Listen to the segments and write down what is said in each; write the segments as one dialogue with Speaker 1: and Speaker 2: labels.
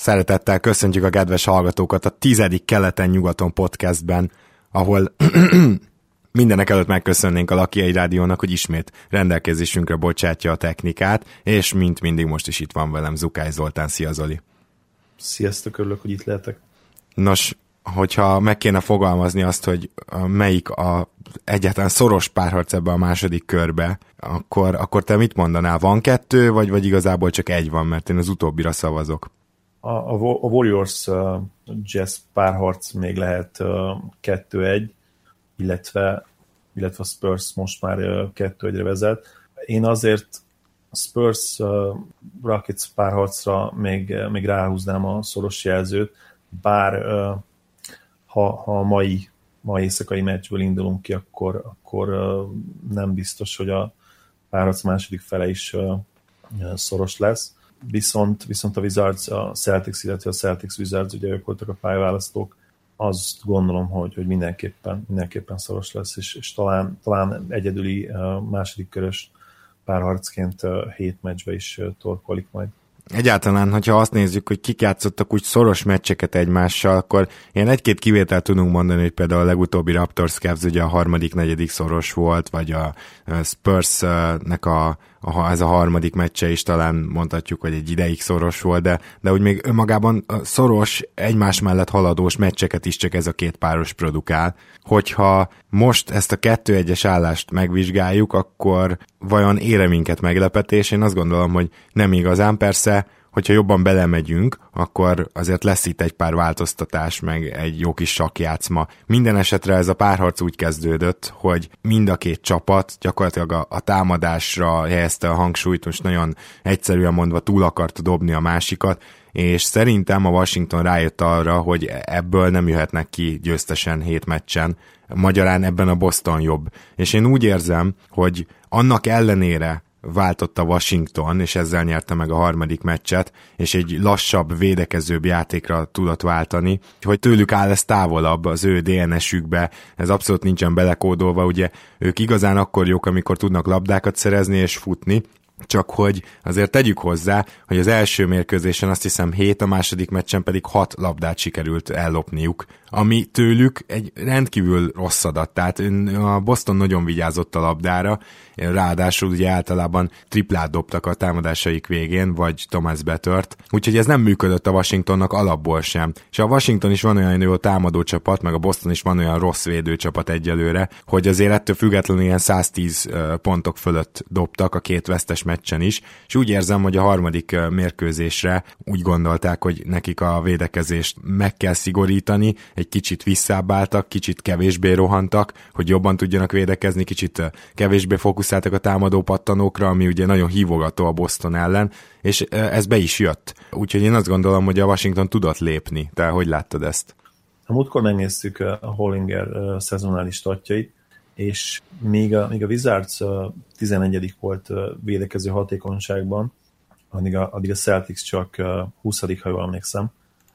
Speaker 1: Szeretettel köszöntjük a kedves hallgatókat a 10. Keleten-nyugaton podcastben, ahol mindenek előtt megköszönnénk a Lakiai Rádiónak, hogy ismét rendelkezésünkre bocsátja a technikát, és mint mindig most is itt van velem Zukály Zoltán. Szia Zoli!
Speaker 2: Sziasztok, örülök, hogy itt lehetek.
Speaker 1: Nos, hogyha meg kéne fogalmazni azt, hogy melyik a egyáltalán szoros párharc ebbe a második körbe, akkor te mit mondanál? Van kettő, vagy igazából csak egy van, mert én az utóbbira szavazok?
Speaker 2: A Warriors Jazz párharc még lehet 2-1, illetve a Spurs most már 2-1-re vezet. Én azért a Spurs Rockets párharcra még ráhúznám a szoros jelzőt, bár ha a mai éjszakai meccsből indulunk ki, akkor nem biztos, hogy a párharc második fele is szoros lesz. Viszont a Wizards, a Celtics, illetve a Celtics Wizards, ugye ők voltak a pályaválasztók, azt gondolom, hogy mindenképpen szoros lesz, és talán egyedüli második körös párharcként 7 meccsbe is torkolik majd.
Speaker 1: Egyáltalán, hogyha azt nézzük, hogy kik játszottak úgy szoros meccseket egymással, akkor ilyen egy-két kivételt tudunk mondani, hogy például a legutóbbi Raptors Cavs ugye a harmadik, negyedik szoros volt, vagy a Spurs-nek ez a harmadik meccse is talán mondhatjuk, hogy egy ideig szoros volt, de úgy még önmagában szoros, egymás mellett haladós meccseket is csak ez a két páros produkál. Hogyha most ezt a 2-1-es állást megvizsgáljuk, akkor vajon ére minket meglepetés? Én azt gondolom, hogy nem igazán. Persze, hogyha jobban belemegyünk, akkor azért lesz itt egy pár változtatás, meg egy jó kis sakkjátszma. Minden esetre ez a párharc úgy kezdődött, hogy mind a két csapat gyakorlatilag a támadásra helyezte a hangsúlyt, most nagyon egyszerűen mondva túl akarta dobni a másikat, és szerintem a Washington rájött arra, hogy ebből nem jöhetnek ki győztesen 7 meccsen, magyarán ebben a Boston jobb. És én úgy érzem, hogy annak ellenére váltott a Washington, és ezzel nyerte meg a harmadik meccset, és egy lassabb, védekezőbb játékra tudott váltani, hogy tőlük áll ez távolabb az ő DNS-ükbe, ez abszolút nincsen belekódolva, ugye ők igazán akkor jók, amikor tudnak labdákat szerezni és futni, csak hogy azért tegyük hozzá, hogy az első mérkőzésen azt hiszem 7, a második meccsen pedig 6 labdát sikerült ellopniuk, ami tőlük egy rendkívül rossz adat, tehát a Boston nagyon vigyázott a labdára, ráadásul ugye általában triplát dobtak a támadásaik végén, vagy Thomas Betört, úgyhogy ez nem működött a Washingtonnak alapból sem. És a Washington is van olyan jó támadó csapat, meg a Boston is van olyan rossz védő csapat egyelőre, hogy azért ettől függetlenül ilyen 110 pontok fölött dobtak a két vesztes meccsen is, és úgy érzem, hogy a harmadik mérkőzésre úgy gondolták, hogy nekik a védekezést meg kell szigorítani, egy kicsit visszábbáltak, kicsit kevésbé rohantak, hogy jobban tudjanak védekezni, kicsit kevésbé fókuszáltak a támadó pattanókra, ami ugye nagyon hívogató a Boston ellen, és ez be is jött. Úgyhogy én azt gondolom, hogy a Washington tudott lépni. Te hogy láttad ezt?
Speaker 2: A múltkor megnéztük a Hollinger szezonális statjait, és még a Wizards 11. volt védekező hatékonyságban, addig a Celtics csak 20. ha jól emlékszem,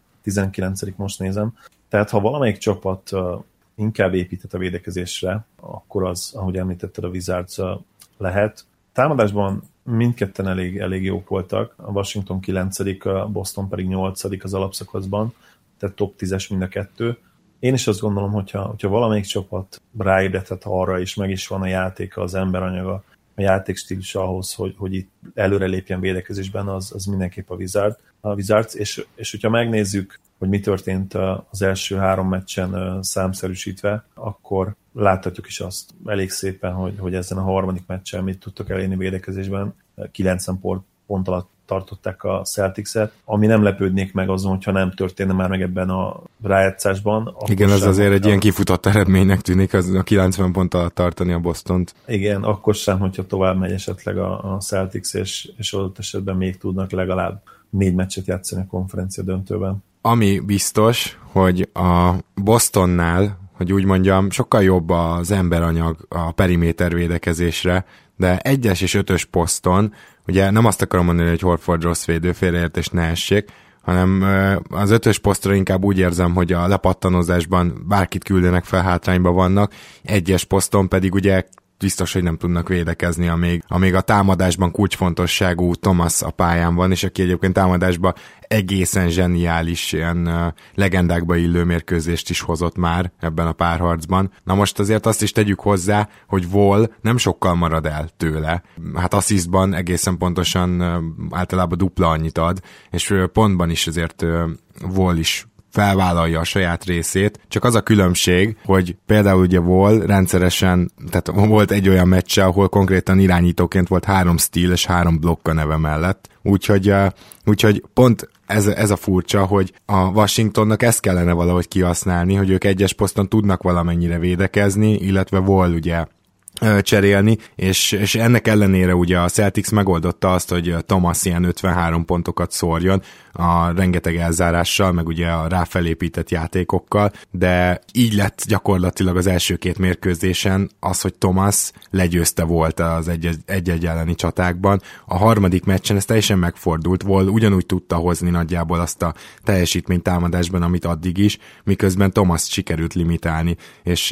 Speaker 2: 19. most nézem. Tehát ha valamelyik csapat inkább épített a védekezésre, akkor az, ahogy említetted, a Wizards lehet. Támadásban mindketten elég jók voltak, a Washington 9., a Boston pedig 8. az alapszakaszban, tehát top 10-es mind a kettő. Én is azt gondolom, hogyha valamelyik csapat ráébredhet arra, és meg is van a játéka, az emberanyaga, a játékstílus ahhoz, hogy itt előre lépjen védekezésben, az mindenképp a Wizards, és hogyha megnézzük, hogy mi történt az első 3 meccsen számszerűsítve, akkor láthatjuk is azt elég szépen, hogy ezen a harmadik meccsen mit tudtak elérni védekezésben. 90 pont alatt tartották a Celtics-et, ami nem lepődnék meg azon, hogyha nem történne már meg ebben a rájátszásban.
Speaker 1: Igen, ez azért egy ilyen kifutott eredménynek tűnik, az a 90 pont alatt tartani a Bostont.
Speaker 2: Igen, akkor sem, hogyha tovább megy esetleg a Celtics, és adott esetben még tudnak legalább 4 meccset játszani a konferencia döntőben. Ami
Speaker 1: biztos, hogy a Bostonnál, hogy úgy mondjam, sokkal jobb az emberanyag a periméter védekezésre, de 1-es és 5-ös poszton, ugye nem azt akarom mondani, hogy Horford rossz védő, félreértés ne essék, hanem az 5-ös posztra inkább úgy érzem, hogy a lepattanozásban bárkit küldenek fel, hátrányba vannak, 1-es poszton pedig ugye biztos, hogy nem tudnak védekezni, amíg a támadásban kulcsfontosságú Thomas a pályán van, és aki egyébként támadásban egészen zseniális, ilyen legendákba illő mérkőzést is hozott már ebben a párharcban. Na most azért azt is tegyük hozzá, hogy Wall nem sokkal marad el tőle. Hát asszisztban egészen pontosan általában dupla annyit ad, és pontban is azért Wall is felvállalja a saját részét, csak az a különbség, hogy például ugye Wall rendszeresen, tehát volt egy olyan meccse, ahol konkrétan irányítóként volt 3 steal és 3 blokk a neve mellett, úgyhogy pont ez a furcsa, hogy a Washingtonnak ezt kellene valahogy kihasználni, hogy ők egyes poszton tudnak valamennyire védekezni, illetve Wall ugye cserélni, és ennek ellenére ugye a Celtics megoldotta azt, hogy Thomas ilyen 53 pontokat szórjon a rengeteg elzárással, meg ugye a ráfelépített játékokkal, de így lett gyakorlatilag az első 2 mérkőzésen az, hogy Thomas legyőzte volt az egy-egy elleni csatákban. A harmadik meccsen ez teljesen megfordult, volt ugyanúgy tudta hozni nagyjából azt a teljesítményt támadásban, amit addig is, miközben Thomas sikerült limitálni, és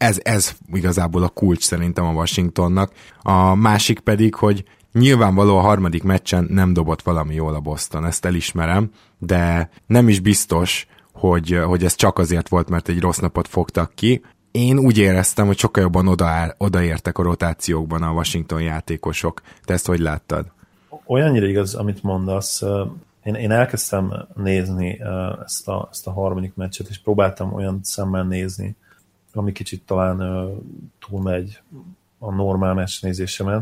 Speaker 1: ez igazából a kulcs szerintem a Washingtonnak. A másik pedig, hogy nyilvánvaló a harmadik meccsen nem dobott valami jól a Boston, ezt elismerem, de nem is biztos, hogy ez csak azért volt, mert egy rossz napot fogtak ki. Én úgy éreztem, hogy sokkal jobban odaértek a rotációkban a Washington játékosok. Te ezt hogy láttad?
Speaker 2: Olyannyira igaz, amit mondasz. Én elkezdtem nézni ezt a harmadik meccset, és próbáltam olyan szemmel nézni, ami kicsit talán túlmegy a normál meccs nézésemen,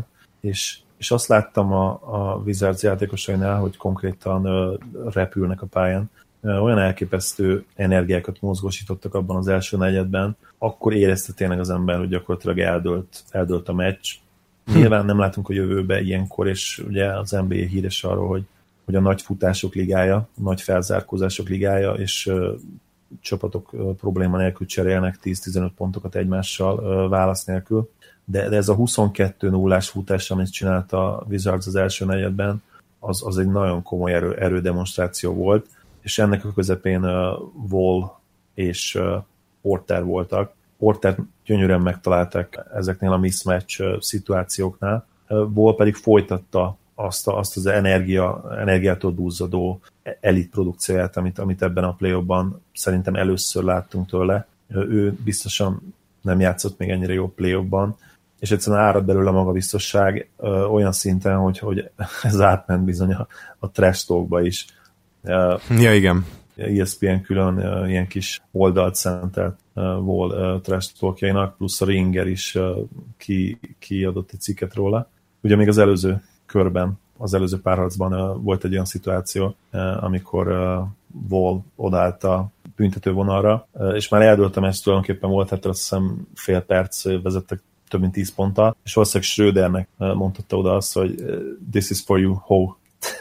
Speaker 2: és azt láttam a Wizards játékosainál, hogy konkrétan repülnek a pályán. Olyan elképesztő energiákat mozgósítottak abban az első negyedben, akkor érezte tényleg az ember, hogy gyakorlatilag eldőlt a meccs. Nyilván nem látunk a jövőbe ilyenkor, és ugye az NBA híres arról, hogy a nagy futások ligája, a nagy felzárkózások ligája, és csapatok probléma nélkül cserélnek 10-15 pontokat egymással válasz nélkül. De ez a 22-0-ás futás, amit csinált a Wizards az első negyedben, az egy nagyon komoly erődemonstráció volt, és ennek a közepén Wall és Porter voltak. Porter gyönyörűen megtalálták ezeknél a mismatch szituációknál. Wall pedig folytatta azt az energiától duzzadó elit produkcióját, amit ebben a play-offban szerintem először láttunk tőle. Ő biztosan nem játszott még ennyire jó play-offban, és egyszerűen árad belőle a magabiztosság olyan szinten, hogy ez átment bizony a trash talkba is.
Speaker 1: Ja, igen.
Speaker 2: ESPN külön ilyen kis oldalt szentelt Wall trash talkjainak, plusz a Ringer is kiadott egy cikket róla. Ugye még az előző körben, az előző párharcban volt egy olyan szituáció, amikor Wall odállt a büntetővonalra, és már eldőlt a meccs, tulajdonképpen volt, hát azt hiszem fél perc vezettek több mint 10 ponttal, és valószínűleg Schrödernek mondhatta oda azt, hogy this is for you, ho.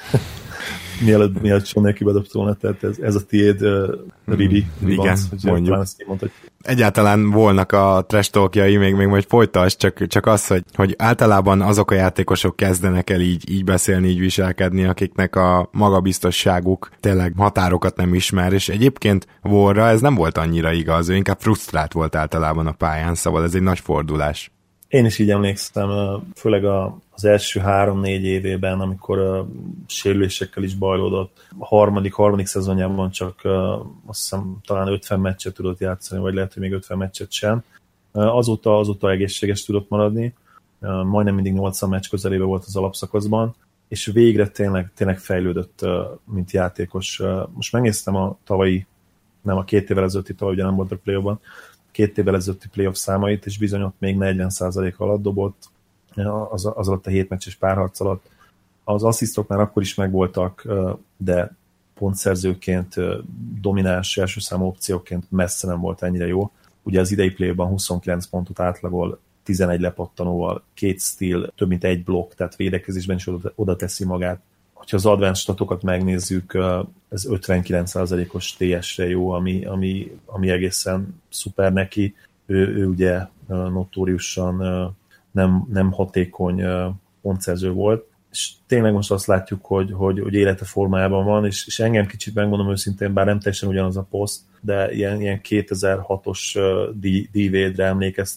Speaker 2: mielőtt soha neki bedobta volna, tehát ez a tiéd, Riri.
Speaker 1: Igen, mondjuk. Egyáltalán volnak a trash talkjai, még majd folytasd, csak az, hogy általában azok a játékosok kezdenek el így beszélni, így viselkedni, akiknek a magabiztosságuk tényleg határokat nem ismer, és egyébként Wallra ez nem volt annyira igaz, ő inkább frusztrált volt általában a pályán, szóval ez egy nagy fordulás.
Speaker 2: Én is így emlékszem, főleg az első 3-4 évében, amikor sérülésekkel is bajlódott. A harmadik szezonjában csak azt hiszem talán 50 meccset tudott játszani, vagy lehet, hogy még 50 meccset sem. Azóta egészséges tudott maradni, majdnem mindig 80 meccs közelébe volt az alapszakaszban, és végre tényleg fejlődött, mint játékos. Most megnéztem a tavalyi, nem a 2 évvel ezelőtti, tavaly ugye nem voltak play-offban, 2 évvel ezelőtti playoff számait, és bizony ott még 40% alatt dobott, az alatt a 7 meccses párharc alatt. Az asszisztok már akkor is megvoltak, de pontszerzőként, domináns első számú opcióként messze nem volt ennyire jó. Ugye az idei play-ban 29 pontot átlagol, 11 lepattanóval, 2 steal, több mint 1 blokk, tehát védekezésben is oda teszi magát. Ha az advanced statokat megnézzük, ez 59%-os TS-re jó, ami egészen szuper neki. Ő ugye notóriusan nem hatékony pontszerző volt, és tényleg most azt látjuk, hogy élete formájában van, és engem kicsit megmondom őszintén, bár nem teljesen ugyanaz a poszt, de ilyen 2006-os D-Wade-re emlékeztet,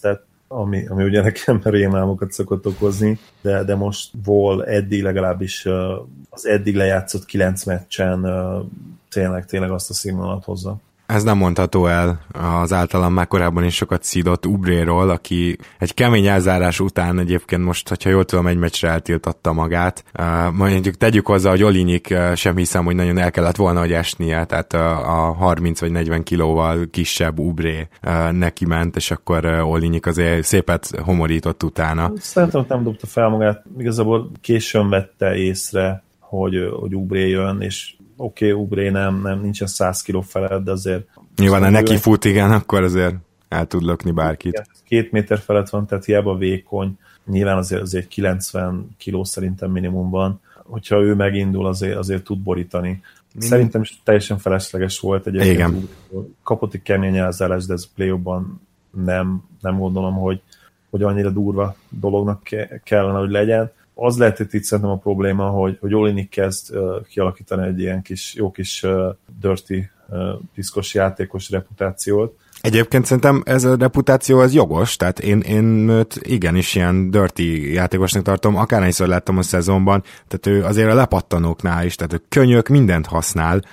Speaker 2: ami ugye nekem rémálmokat szokott okozni, de most Wall eddig legalábbis az eddig lejátszott 9 meccsen tényleg azt a színvonalat hozza.
Speaker 1: Ez nem mondható el az általam már korábban is sokat szídott Ubréról, aki egy kemény elzárás után egyébként most, hogyha jól tudom, egy meccsre eltiltatta magát. Mondjuk tegyük hozzá, hogy Olynyik sem hiszem, hogy nagyon el kellett volna, hogy esnie, tehát a 30 vagy 40 kilóval kisebb Ubré neki ment, és akkor Olynyik azért szépet homorított utána.
Speaker 2: Szerintem nem dobta fel magát, igazából későn vette észre, hogy Ubré jön, és oké, Ubré nem nincsen 100 kiló felett, de azért...
Speaker 1: Nyilván, ha neki fut, igen, akkor azért el tud lökni bárkit. 2
Speaker 2: méter felett van, tehát hiába vékony, nyilván azért 90 kiló szerintem minimum van. Hogyha ő megindul, azért tud borítani. Szerintem is teljesen felesleges volt egyébként.
Speaker 1: Igen.
Speaker 2: Kapott egy kemény elzárás, de ez a play-offban nem gondolom, hogy annyira durva dolognak kellene, hogy legyen. Az lehet itt szerintem a probléma, hogy Olynyik kezd kialakítani egy ilyen jó kis dirty, piszkos játékos reputációt.
Speaker 1: Egyébként szerintem ez a reputáció az jogos, tehát én őt igenis ilyen dirty játékosnak tartom, akárhányszor láttam a szezonban, tehát ő azért a lepattanóknál is, tehát ő könyök, mindent használ,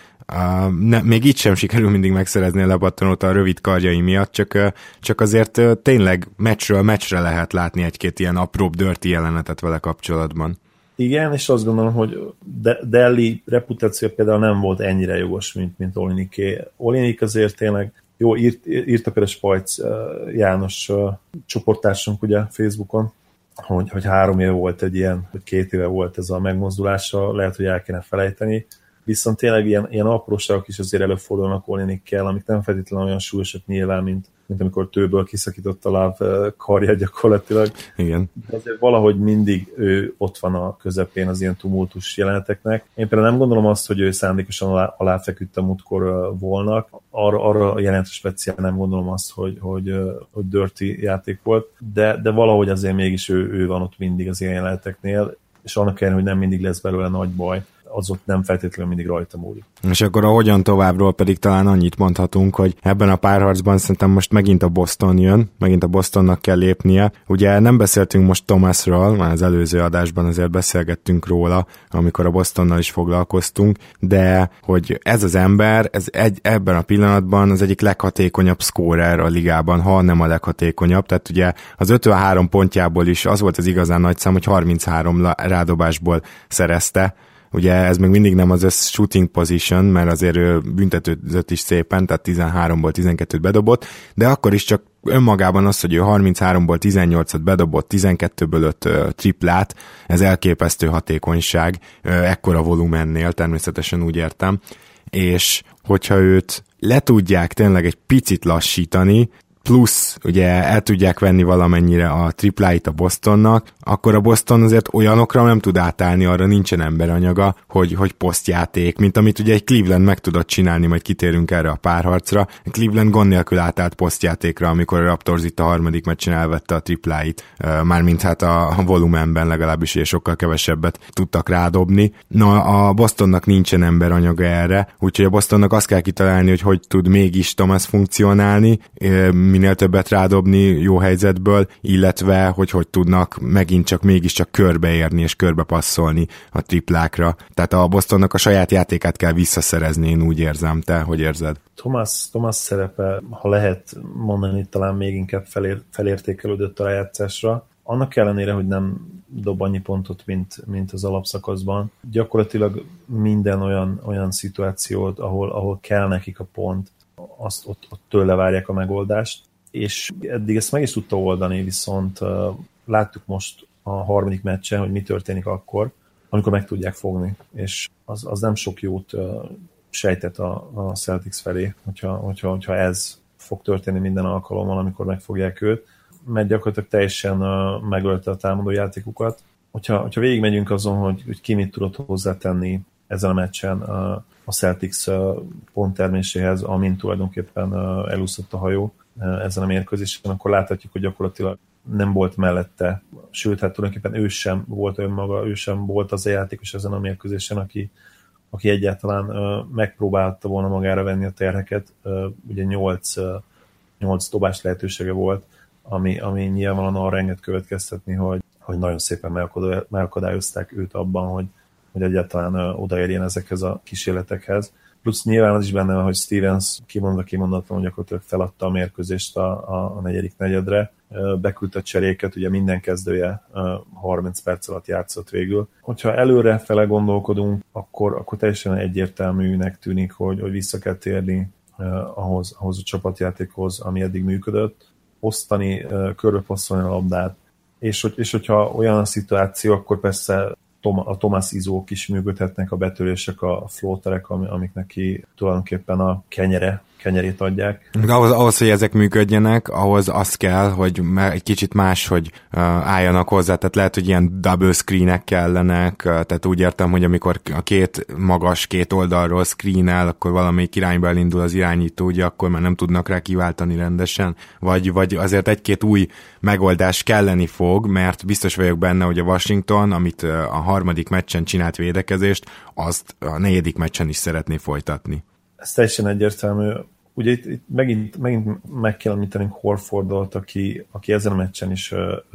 Speaker 1: még így sem sikerül mindig megszerezni a lepattanót a rövid karjai miatt, csak azért tényleg meccsről meccsre lehet látni egy-két ilyen apróbb dirty jelenetet vele kapcsolatban.
Speaker 2: Igen, és azt gondolom, hogy Delhi reputáció például nem volt ennyire jogos, mint Olynyik. Olynyik azért tényleg jó, írta például Spajc János csoporttársunk ugye Facebookon, hogy 3 éve volt egy ilyen, hogy 2 éve volt ez a megmozdulása, lehet, hogy el kéne felejteni, viszont tényleg ilyen apróságok is azért előfordulnak Olynyikkel, amik nem feltétlenül olyan súlyosak nyilván, mint amikor tőből kiszakított a láb karja gyakorlatilag.
Speaker 1: Igen.
Speaker 2: De azért valahogy mindig ő ott van a közepén az ilyen tumultus jeleneteknek. Én például nem gondolom azt, hogy ő szándékosan aláfeküdt a múltkor volnak. Arra a jelenetre speciál nem gondolom azt, hogy dirty játék volt, de valahogy azért mégis ő van ott mindig az ilyen jeleneteknél, és annak ellenére, hogy nem mindig lesz belőle nagy baj, az ott nem feltétlenül mindig rajta múlik.
Speaker 1: És akkor a hogyan továbbról pedig talán annyit mondhatunk, hogy ebben a párharcban szerintem most megint a Boston jön, megint a Bostonnak kell lépnie. Ugye nem beszéltünk most Thomasról, már az előző adásban azért beszélgettünk róla, amikor a Bostonnal is foglalkoztunk, de hogy ez az ember, ebben a pillanatban az egyik leghatékonyabb scorer a ligában, ha nem a leghatékonyabb, tehát ugye az 53 pontjából is az volt az igazán nagy szám, hogy 33 rádobásból szerezte. Ugye ez még mindig nem az shooting position, mert azért ő büntetőzött is szépen, tehát 13-ból 12-t bedobott, de akkor is csak önmagában az, hogy ő 33-ból 18-at bedobott, 12-ből 5 triplát, ez elképesztő hatékonyság, ekkora volumennél, természetesen úgy értem, és hogyha őt le tudják tényleg egy picit lassítani, plusz ugye el tudják venni valamennyire a tripláit a Bostonnak, akkor a Boston azért olyanokra nem tud átállni, arra nincsen emberanyaga, hogy posztjáték, mint amit ugye egy Cleveland meg tudott csinálni, majd kitérünk erre a párharcra. Cleveland gond nélkül átállt posztjátékra, amikor a Raptors itt a harmadik meccsen elvette a tripláit, mármint hát a volumenben legalábbis, és sokkal kevesebbet tudtak rádobni. Na, a Bostonnak nincsen emberanyaga erre, úgyhogy a Bostonnak azt kell kitalálni, hogy tud mégis Thomas funkcionálni, minél többet rádobni jó helyzetből, illetve hogy tudnak megint csak mégiscsak körbeérni és körbepasszolni a triplákra. Tehát a Bostonnak a saját játékát kell visszaszerezni, én úgy érzem. Te hogy érzed?
Speaker 2: Thomas szerepe, ha lehet mondani, talán még inkább felértékelődött a rájátszásra. Annak ellenére, hogy nem dob annyi pontot, mint az alapszakaszban. Gyakorlatilag minden olyan szituációt, ahol kell nekik a pont, azt ott tőle várják a megoldást, és eddig ezt meg is tudta oldani, viszont láttuk most a harmadik meccsen, hogy mi történik akkor, amikor meg tudják fogni, és az nem sok jót sejtett a Celtics felé, hogyha ez fog történni minden alkalommal, amikor megfogják őt, mert gyakorlatilag teljesen megölte a támadó játékukat. Hogyha végigmegyünk azon, hogy ki mit tudott hozzátenni ezen a meccsen a Celtics pontterméséhez, amint tulajdonképpen elúszott a hajó ezen a mérkőzésen, akkor láthatjuk, hogy gyakorlatilag nem volt mellette, sőt, hát tulajdonképpen ő sem volt önmaga, ő sem volt az a játékos ezen a mérkőzésen, aki egyáltalán megpróbálta volna magára venni a terheket. Ugye 8 dobás lehetősége volt, ami nyilvánvalóan arra enged következtetni, hogy nagyon szépen megakadályozták őt abban, hogy egyáltalán odaérjen ezekhez a kísérletekhez. Plusz nyilván az is benne van, hogy Stevens kimondatlan gyakorlatilag feladta a mérkőzést a negyedik negyedre, beküldte cseréket, ugye minden kezdője 30 perc alatt játszott végül. Hogyha előre fele gondolkodunk, akkor teljesen egyértelműnek tűnik, hogy vissza kell térni ahhoz a csapatjátékhoz, ami eddig működött, osztani, körbepasszolni a labdát, és hogyha olyan a szituáció, akkor persze a Thomas izók is működhetnek, a betörések, a floaterek, amik neki tulajdonképpen a kenyerét adják.
Speaker 1: De ahhoz, hogy ezek működjenek, ahhoz az kell, hogy egy kicsit máshogy álljanak hozzá, tehát lehet, hogy ilyen double screenek kellenek, tehát úgy értem, hogy amikor a két oldalról screenel, akkor valamelyik irányba elindul az irányító, ugye akkor már nem tudnak rá kiváltani rendesen, vagy azért egy-két új megoldás kelleni fog, mert biztos vagyok benne, hogy a Washington, amit a harmadik meccsen csinált védekezést, azt a negyedik meccsen is szeretné folytatni.
Speaker 2: Ez teljesen egyértelmű. Ugye itt megint meg kell említenünk Horfordot, aki ezen a meccsen is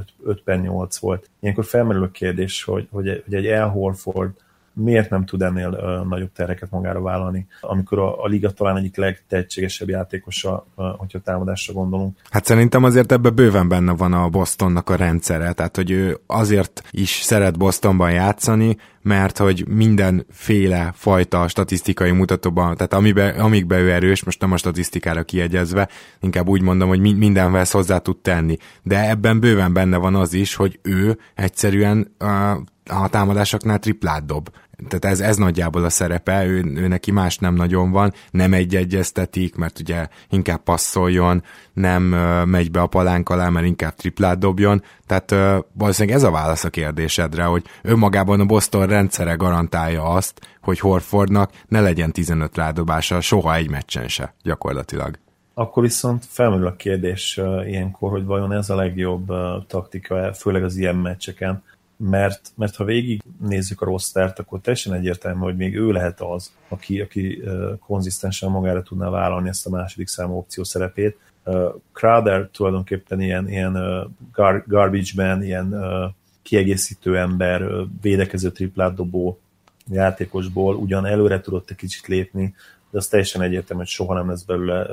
Speaker 2: 5/8 volt. Ilyenkor felmerül a kérdés, hogy egy Al Horford miért nem tud ennél nagyobb terheket magára vállalni, amikor a liga talán egyik legtehetségesebb játékosa, hogyha támadásra gondolunk.
Speaker 1: Hát szerintem azért ebben bőven benne van a Bostonnak a rendszere, tehát hogy ő azért is szeret Bostonban játszani, mert hogy mindenféle fajta statisztikai mutatóban, tehát amikben ő erős, most nem a statisztikára kiegyezve, inkább úgy mondom, hogy mindenhez hozzá tud tenni. De ebben bőven benne van az is, hogy ő egyszerűen a támadásoknál triplát dob. Tehát ez nagyjából a szerepe, ő neki más nem nagyon van, nem egyeztetik, mert ugye inkább passzoljon, nem megy be a palánk alá, mert inkább triplát dobjon. Tehát valószínűleg ez a válasz a kérdésedre, hogy önmagában a Boston rendszere garantálja azt, hogy Horfordnak ne legyen 15 rádobása soha egy meccsen se, gyakorlatilag.
Speaker 2: Akkor viszont felmerül a kérdés ilyenkor, hogy vajon ez a legjobb taktika, főleg az ilyen meccseken, mert ha végig nézzük a rostert, akkor teljesen egyértelmű, hogy még ő lehet az, aki konzisztensen magára tudná vállalni ezt a második számú opció szerepét. Crowder tulajdonképpen ilyen garbage man, ilyen kiegészítő ember, védekező triplát dobó játékosból ugyan előre tudott egy kicsit lépni, de az teljesen egyértelmű, hogy soha nem lesz belőle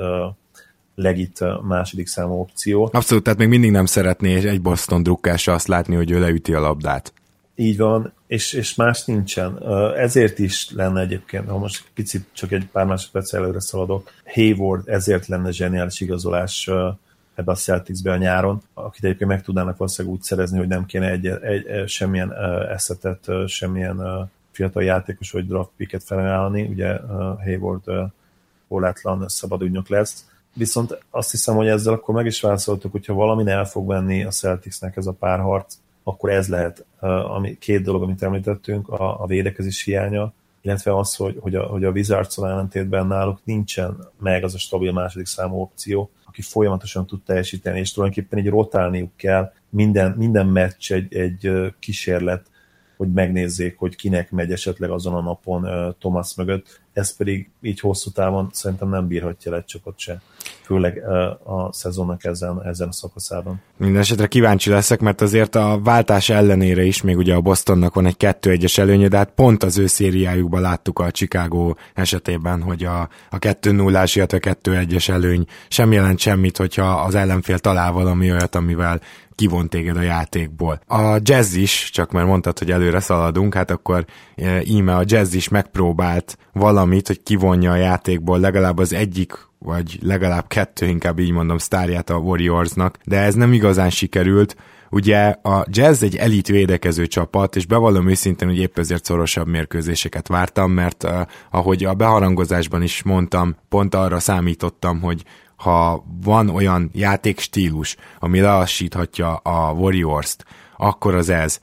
Speaker 2: legit második számú opció.
Speaker 1: Abszolút, tehát még mindig nem szeretné egy Boston drukkással azt látni, hogy ő leüti a labdát.
Speaker 2: Így van, és más nincsen. Ezért is lenne egyébként, ha most picit csak egy pár másodperc előre szaladok, Hayward ezért lenne zseniális igazolás ebbe a Celticsbe a nyáron, akit egyébként meg tudnának valószínűleg úgy szerezni, hogy nem kéne semmilyen eszetet, semmilyen fiatal játékos vagy draft picket felajánlani, ugye Hayward korlátlan szabad ügynök lesz. Viszont azt hiszem, hogy ezzel akkor meg is válaszoltuk, hogyha valamin el fog venni a Celticsnek ez a párharc, akkor ez lehet két dolog, amit említettünk, a védekezés hiánya, illetve az, hogy a Wizards-on ellentétben náluk nincsen meg az a stabil második számú opció, aki folyamatosan tud teljesíteni, és tulajdonképpen így rotálniuk kell, minden meccs egy kísérlet, hogy megnézzék, hogy kinek megy esetleg azon a napon Thomas mögött. Ez pedig így hosszú távon szerintem nem bírhatja le egy csapat se. Főleg a szezonnak ezen a szakaszában.
Speaker 1: Mindenesetre kíváncsi leszek, mert azért a váltás ellenére is még ugye a Bostonnak van egy 2-1-es előnye, de hát pont az ő szériájukban láttuk a Chicago esetében, hogy a 2-0-ás, illetve 2-1-es előny sem jelent semmit, hogyha az ellenfél talál valami olyat, amivel kivont téged a játékból. A Jazz is, csak mert mondtad, hogy előre szaladunk, hát akkor íme a Jazz is megpróbált valamit, hogy kivonja a játékból legalább az egyik, vagy legalább kettő, inkább így mondom, sztárját a Warriorsnak, de ez nem igazán sikerült. Ugye a Jazz egy elit védekező csapat, és bevallom őszintén, hogy épp ezért szorosabb mérkőzéseket vártam, mert ahogy a beharangozásban is mondtam, pont arra számítottam, hogy ha van olyan játékstílus, ami lelassíthatja a Warriors-t, akkor az ez.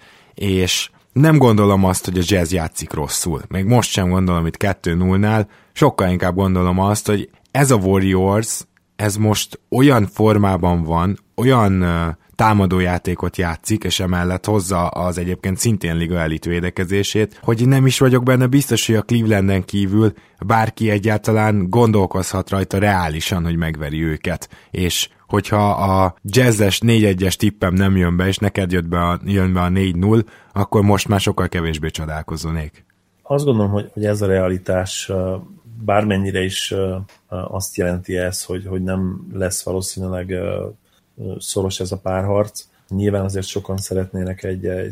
Speaker 1: És nem gondolom azt, hogy a Jazz játszik rosszul. Még most sem gondolom itt 2-0-nál, sokkal inkább gondolom azt, hogy ez a Warriors, ez most olyan formában van, olyan támadójátékot játszik, és emellett hozza az egyébként szintén liga elit védekezését, hogy nem is vagyok benne biztos, hogy a Clevelanden kívül bárki egyáltalán gondolkozhat rajta reálisan, hogy megveri őket. És hogyha a Jazzes 4-1-es tippem nem jön be, és neked jön be a 4-0, akkor most már sokkal kevésbé csodálkoznék.
Speaker 2: Azt gondolom, hogy ez a realitás, bármennyire is azt jelenti ez, hogy nem lesz valószínűleg szoros ez a párharc. Nyilván azért sokan szeretnének egy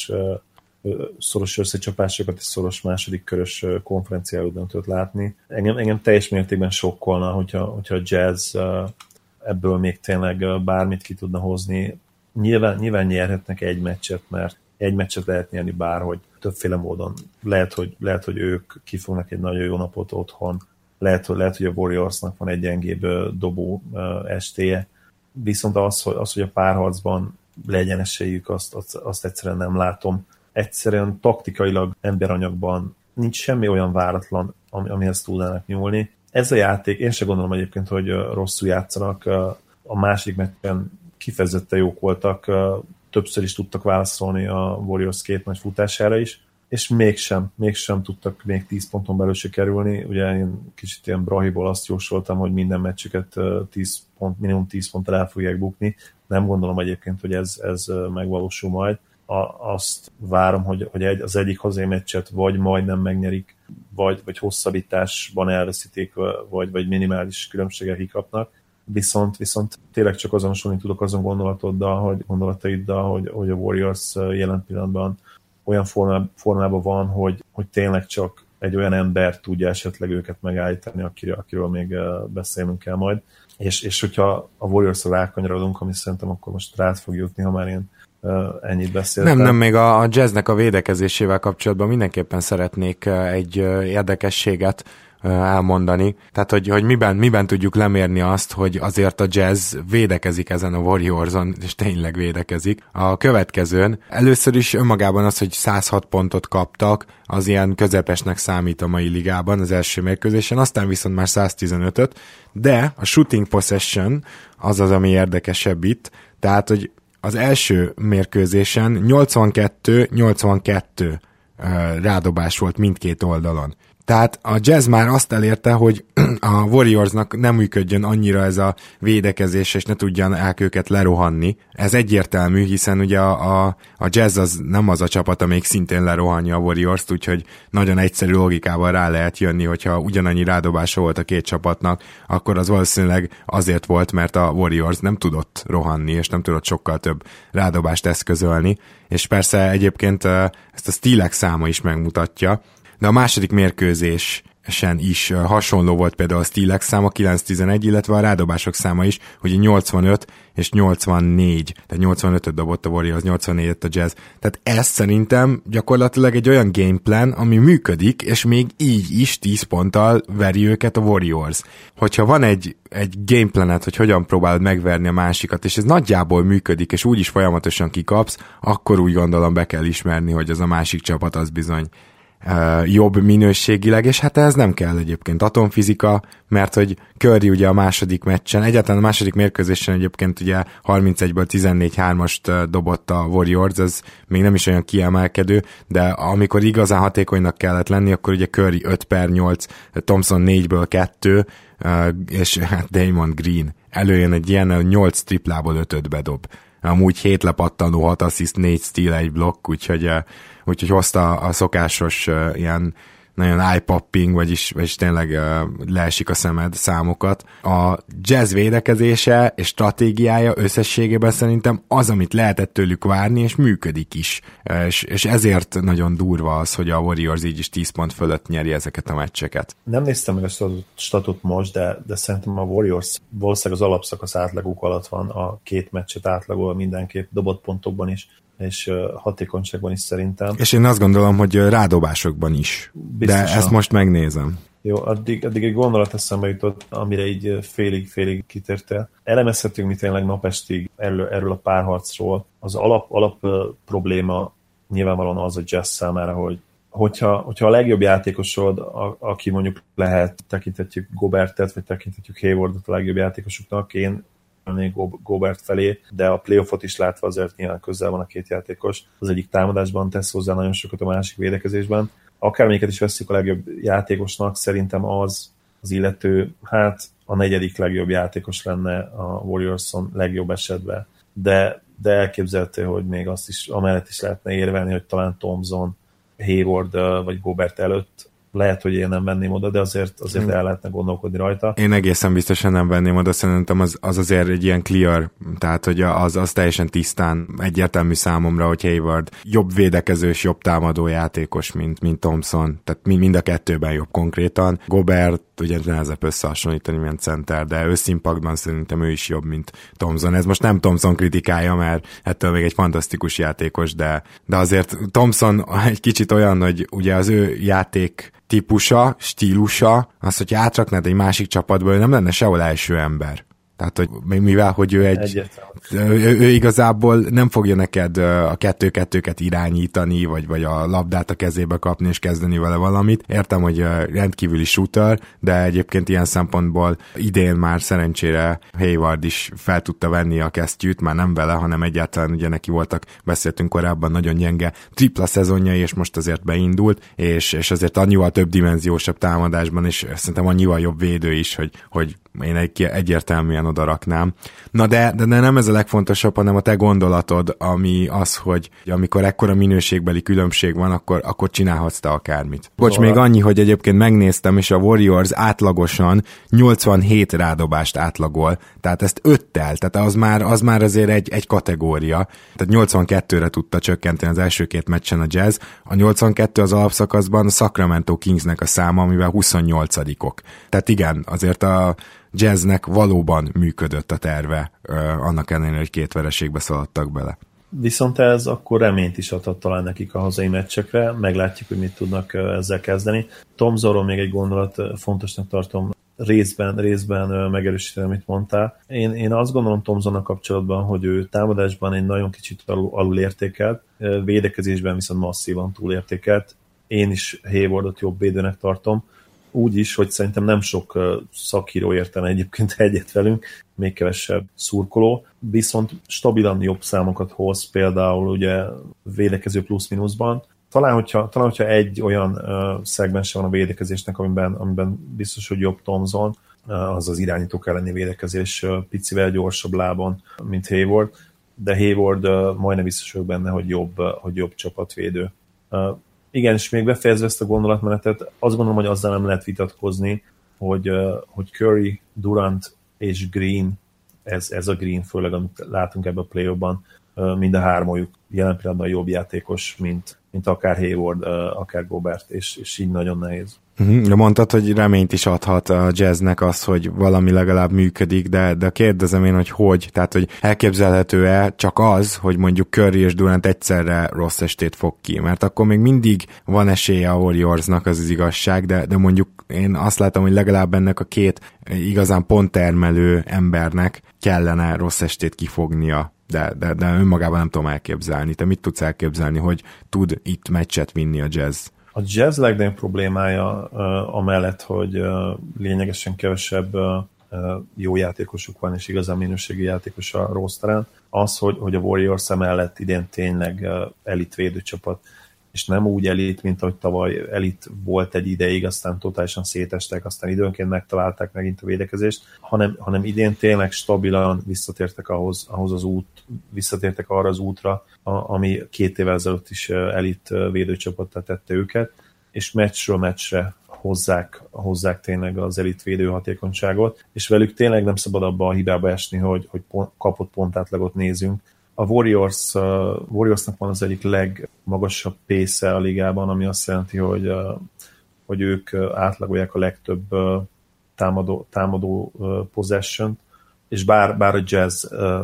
Speaker 2: szoros összecsapásokat és szoros második körös konferenciáló döntőt látni. Engem teljes mértékben sokkolna, hogyha a Jazz ebből még tényleg bármit ki tudna hozni. Nyilván nyerhetnek egy meccset, mert egy meccset lehet nyerni bárhogy, többféle módon. Lehet, hogy ők kifognak egy nagyon jó napot otthon, lehet, hogy a Warriorsnak van egy gyengébb dobó estéje, viszont az, hogy a párharcban legyen esélyük, azt egyszerűen nem látom. Egyszerűen taktikailag, emberanyagban nincs semmi olyan váratlan, amihez tudnának nyúlni. Ez a játék, én sem gondolom egyébként, hogy rosszul játszanak. A második meccsen kifejezetten jók voltak, többször is tudtak válaszolni a Warriors két nagy futására is, és mégsem tudtak még 10 ponton belül se kerülni. Ugye én kicsit ilyen brahiból azt jósoltam, hogy minden meccsüket minimum 10 ponttal el fogják bukni. Nem gondolom egyébként, hogy ez megvalósul majd. Azt várom, hogy az egyik hazai meccset vagy majdnem megnyerik, vagy hosszabbításban elveszítik, vagy minimális különbséggel kikapnak. Viszont tényleg csak azonosulni tudok azon gondolataiddal, hogy a Warriors jelen pillanatban olyan formában van, hogy tényleg csak egy olyan ember tudja esetleg őket megállítani, akiről még beszélnünk kell majd. És hogyha a Warriors-ra rákanyarodunk, ami szerintem akkor most rád fog jutni, ha már én ennyit beszéltem.
Speaker 1: Nem, még a Jazznek a védekezésével kapcsolatban mindenképpen szeretnék egy érdekességet elmondani. Tehát, hogy miben tudjuk lemérni azt, hogy azért a Jazz védekezik ezen a Warriorson, és tényleg védekezik. A következőn először is önmagában az, hogy 106 pontot kaptak, az ilyen közepesnek számít a mai ligában az első mérkőzésen, aztán viszont már 115-öt, de a shooting possession az, ami érdekesebb itt, tehát, hogy az első mérkőzésen 82-82 rádobás volt mindkét oldalon. Tehát a Jazz már azt elérte, hogy a Warriorsnak nem működjön annyira ez a védekezés, és ne tudjanak őket lerohanni. Ez egyértelmű, hiszen ugye a Jazz az nem az a csapat, amelyik szintén lerohanja a Warriors-t, úgyhogy nagyon egyszerű logikával rá lehet jönni, hogyha ugyanannyi rádobása volt a két csapatnak, akkor az valószínűleg azért volt, mert a Warriors nem tudott rohanni, és nem tudott sokkal több rádobást eszközölni, és persze egyébként ezt a stealek száma is megmutatja, de a második mérkőzésen is hasonló volt például a stealek száma 9-11, illetve a rádobások száma is, hogy 85 és 84, tehát 85-öt dobott a Warriors, 84-et a Jazz. Tehát ez szerintem gyakorlatilag egy olyan gameplan, ami működik, és még így is 10 ponttal veri őket a Warriors. Hogyha van egy gameplanet, hogy hogyan próbálod megverni a másikat, és ez nagyjából működik, és úgyis folyamatosan kikapsz, akkor úgy gondolom be kell ismerni, hogy az a másik csapat az bizony jobb minőségileg, és hát ez nem kell egyébként atomfizika, mert hogy Curry ugye a második meccsen, egyáltalán a második mérkőzésen egyébként ugye 31-ből 14-3-ast dobott a Warriors, ez még nem is olyan kiemelkedő, de amikor igazán hatékonynak kellett lenni, akkor ugye Curry 5/8, Thompson 4-ből 2, és hát Damon Green előjön egy ilyen 8 triplából 5-öt bedob. Amúgy 7 lepattanó, 6 assziszt, 4 steal, 1 blokk, úgyhogy hozta a szokásos ilyen nagyon eye-popping, vagyis tényleg leesik a szemed számokat. A Jazz védekezése és stratégiája összességében szerintem az, amit lehetett tőlük várni, és működik is. És ezért nagyon durva az, hogy a Warriors így is 10 pont fölött nyeri ezeket a meccseket.
Speaker 2: Nem néztem meg a statut most, de szerintem a Warriors valószínűleg az alapszakasz átlaguk alatt van, a két meccset átlagol mindenképp, dobott pontokban is, és hatékonyságban is szerintem. És
Speaker 1: én azt gondolom, hogy rádobásokban is. Biztosan. De ezt most megnézem.
Speaker 2: Jó, addig egy gondolat eszembe jutott, amire így félig kitértél. Elemezhetünk mi tényleg napestig erről a párharcról. Az alap probléma nyilvánvalóan az a Jazz számára, hogyha a legjobb játékosod, aki mondjuk lehet, tekinthetjük Gobertet, vagy tekinthetjük Haywardot a legjobb játékosuknak, én Gobert felé, de a playoffot is látva azért nyilván közel van a két játékos. Az egyik támadásban tesz hozzá nagyon sokat, a másik védekezésben. Akármelyiket is veszik a legjobb játékosnak, szerintem az illető, hát a negyedik legjobb játékos lenne a Warriorson legjobb esetben. De elképzelhető, hogy még azt is, amellett is lehetne érvelni, hogy talán Thompson, Hayward vagy Gobert előtt. Lehet, hogy én nem venném oda, de azért el lehetne gondolkodni rajta.
Speaker 1: Én egészen biztosan nem venném oda, szerintem az azért egy ilyen clear, tehát hogy az teljesen tisztán egyértelmű számomra, hogy Hayward jobb védekezős, jobb támadó játékos, mint Thompson, tehát mind a kettőben jobb konkrétan. Gobert ugye nehezebb összehasonlítani, milyen center, de összimpaktban szerintem ő is jobb, mint Thompson. Ez most nem Thompson kritikája, mert ettől még egy fantasztikus játékos, de azért Thompson egy kicsit olyan, hogy ugye az ő játék típusa, stílusa, az, hogy átraknád egy másik csapatból, ő nem lenne sehol első ember. Tehát, hogy mivel, hogy ő igazából nem fogja neked a 2-2-ket irányítani, vagy a labdát a kezébe kapni és kezdeni vele valamit. Értem, hogy rendkívüli shooter, de egyébként ilyen szempontból idén már szerencsére Hayward is fel tudta venni a kesztyűt, már nem vele, hanem egyáltalán ugye neki voltak, beszéltünk korábban, nagyon gyenge tripla szezonja, és most azért beindult, és azért annyival több dimenziósabb támadásban, és szerintem annyival jobb védő is, hogy én egyértelműen oda raknám. Na de nem ez a legfontosabb, hanem a te gondolatod, ami az, hogy amikor ekkora minőségbeli különbség van, akkor csinálhatsz te akármit. Bocs, még annyi, hogy egyébként megnéztem, és a Warriors átlagosan 87 rádobást átlagol, tehát ezt 5-tel, tehát az már azért egy kategória. Tehát 82-re tudta csökkenteni az első két meccsen a Jazz, a 82 az alapszakaszban a Sacramento Kingsnek a száma, amivel 28-ok. Tehát igen, azért a Jazznek valóban működött a terve, annak ellenére, hogy 2 vereségbe szaladtak bele.
Speaker 2: Viszont ez akkor reményt is adhat talán nekik a hazai meccsekre, meglátjuk, hogy mit tudnak ezzel kezdeni. Thompsonról még egy gondolat, fontosnak tartom részben megerősíteni, amit mondtál. Én azt gondolom Thompsonnal kapcsolatban, hogy ő támadásban egy nagyon kicsit alul értékelt, védekezésben viszont masszívan túlértékelt. Én is Haywardot jobb védőnek tartom, úgy is, hogy szerintem nem sok szakíró értene egyébként egyet velünk, még kevesebb szurkoló, viszont stabilan jobb számokat hoz, például ugye védekező plusz-minuszban. Talán, hogyha egy olyan szegmense van a védekezésnek, amiben biztos, hogy jobb Thompson, az az irányítók elleni védekezés picivel gyorsabb lábon, mint Hayward, de Hayward majdnem biztos vagyok benne, hogy jobb csapatvédő. Igen, és még befejezve ezt a gondolatmenetet, azt gondolom, hogy azzal nem lehet vitatkozni, hogy Curry, Durant és Green, ez a Green főleg, amit látunk ebben a play-offban, mind a hármójuk jelen pillanatban jobb játékos, mint akár Hayward, akár Gobert, és így nagyon nehéz.
Speaker 1: De mondtad, hogy reményt is adhat a Jazznek az, hogy valami legalább működik, de kérdezem én, hogy tehát, hogy elképzelhető-e csak az, hogy mondjuk Curry és Durant egyszerre rossz estét fog ki, mert akkor még mindig van esélye a Warriorsnak, az igazság, de mondjuk én azt látom, hogy legalább ennek a 2 igazán ponttermelő embernek kellene rossz estét kifognia. De önmagában nem tudom elképzelni. Te mit tudsz elképzelni, hogy tud itt meccset vinni a Jazz?
Speaker 2: A Jazz legnagyobb problémája amellett, hogy lényegesen kevesebb jó játékosuk van, és igazán minőségi játékos a rosteren, az, hogy a Warriors emellett idén tényleg elit védőcsapat, és nem úgy elit, mint ahogy tavaly elit volt egy ideig, aztán totálisan szétestek, aztán időnként megtalálták megint a védekezést, hanem idén tényleg stabilan visszatértek visszatértek arra az útra, ami 2 évvel ezelőtt is elit védőcsapattá tette őket, és meccsről meccsre hozzák tényleg az elit védő hatékonyságot, és velük tényleg nem szabad abba a hibába esni, hogy kapott pontátlagot nézünk. A Warriorsnak van az egyik legmagasabb pace a ligában, ami azt jelenti, hogy ők átlagolják a legtöbb támadó possession, és bár a Jazz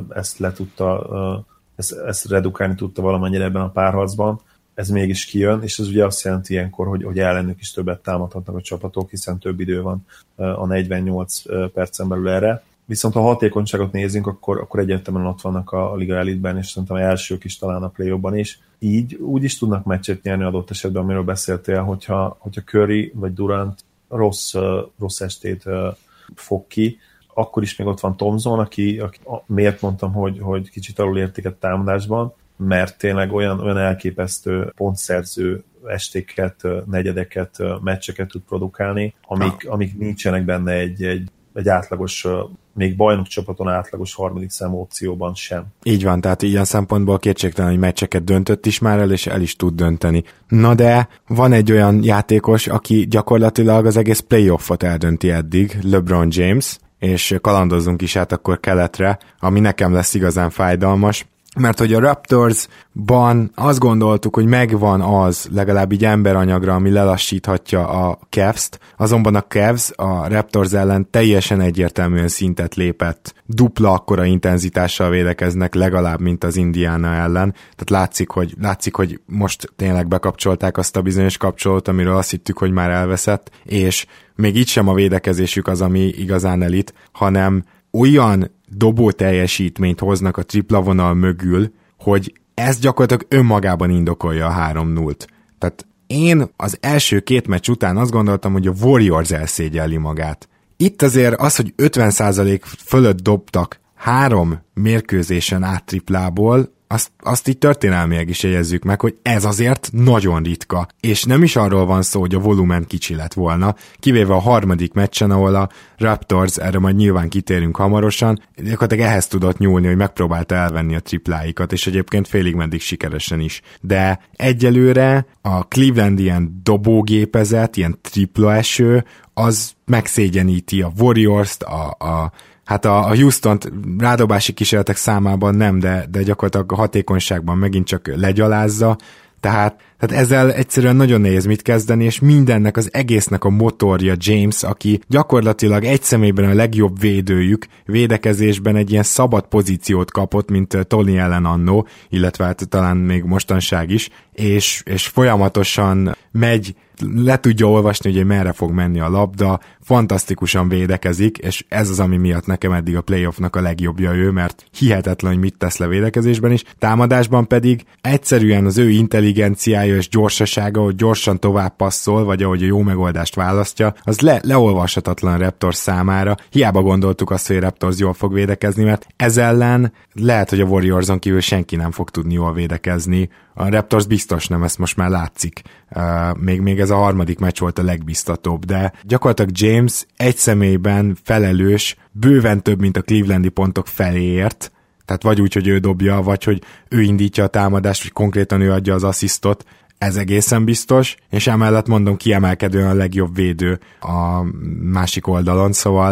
Speaker 2: ezt redukálni tudta valamennyire ebben a párharcban, ez mégis kijön, és ez ugye azt jelenti ilyenkor, hogy ellenük is többet támadhatnak a csapatok, hiszen több idő van a 48 percen belül erre. Viszont ha hatékonyságot nézünk, akkor egyértelműen ott vannak a liga elitben, és szerintem elsők is talán a play-offban is. Így úgy is tudnak meccset nyerni adott esetben, amiről beszéltél, hogyha Curry vagy Durant rossz estét fog ki, akkor is még ott van Thompson, aki miért mondtam, hogy kicsit alul értéket támadásban, mert tényleg olyan elképesztő pontszerző estéket, negyedeket, meccseket tud produkálni, amik nincsenek benne egy átlagos, még bajnok csapaton átlagos harmadik számú opcióban sem.
Speaker 1: Így van, tehát ilyen szempontból kétségtelen, hogy meccseket döntött is már el is tud dönteni. Na de van egy olyan játékos, aki gyakorlatilag az egész playoffot eldönti eddig, LeBron James, és kalandozzunk is át akkor keletre, ami nekem lesz igazán fájdalmas, mert hogy a Raptorsban azt gondoltuk, hogy megvan az, legalább így emberanyagra, ami lelassíthatja a Cavs-t, azonban a Cavs a Raptors ellen teljesen egyértelműen szintet lépett, dupla akkora intenzitással védekeznek legalább, mint az Indiana ellen, tehát látszik, hogy most tényleg bekapcsolták azt a bizonyos kapcsolót, amiről azt hittük, hogy már elveszett, és még így sem a védekezésük az, ami igazán elit, hanem olyan dobó teljesítményt hoznak a tripla vonal mögül, hogy ez gyakorlatilag önmagában indokolja a 3-0-t. Tehát én az első 2 meccs után azt gondoltam, hogy a Warriors elszégyelli magát. Itt azért az, hogy 50% fölött dobtak 3 mérkőzésen át triplából, azt így történelmileg is jegyezzük meg, hogy ez azért nagyon ritka, és nem is arról van szó, hogy a volumen kicsi lett volna, kivéve a harmadik meccsen, ahol a Raptors, erre majd nyilván kitérünk hamarosan, gyakorlatilag ehhez tudott nyúlni, hogy megpróbálta elvenni a tripláikat, és egyébként félig meddig sikeresen is. De egyelőre a Cleveland ilyen dobógépezet, ilyen tripla eső, az megszégyeníti a Warriors-t, hát a Houston-t rádobási kísérletek számában nem, de gyakorlatilag a hatékonyságban megint csak legyalázza, tehát ezzel egyszerűen nagyon nehéz mit kezdeni, és mindennek, az egésznek a motorja James, aki gyakorlatilag egy személyben a legjobb védőjük, védekezésben egy ilyen szabad pozíciót kapott, mint Tony ellen annó, illetve hát talán még mostanság is, és folyamatosan megy, le tudja olvasni, hogy merre fog menni a labda, fantasztikusan védekezik, és ez az, ami miatt nekem eddig a playoffnak a legjobbja ő, mert hihetetlen, hogy mit tesz le védekezésben is, támadásban pedig egyszerűen az ő intelligenciája és gyorsasága, hogy gyorsan tovább passzol, vagy ahogy a jó megoldást választja, az leolvashatatlan a Raptors számára. Hiába gondoltuk azt, hogy a Raptors jól fog védekezni, mert ez ellen lehet, hogy a Warriorson kívül senki nem fog tudni jól védekezni. A Raptors biztos nem, ezt most már látszik. Még ez a harmadik meccs volt a legbiztatóbb, de gyakorlatilag James egy személyben felelős, bőven több, mint a Clevelandi pontok feléért, tehát vagy úgy, hogy ő dobja, vagy hogy ő indítja a támadást, vagy konkrétan ő adja az asszisztot, ez egészen biztos, és emellett mondom kiemelkedően a legjobb védő a másik oldalon,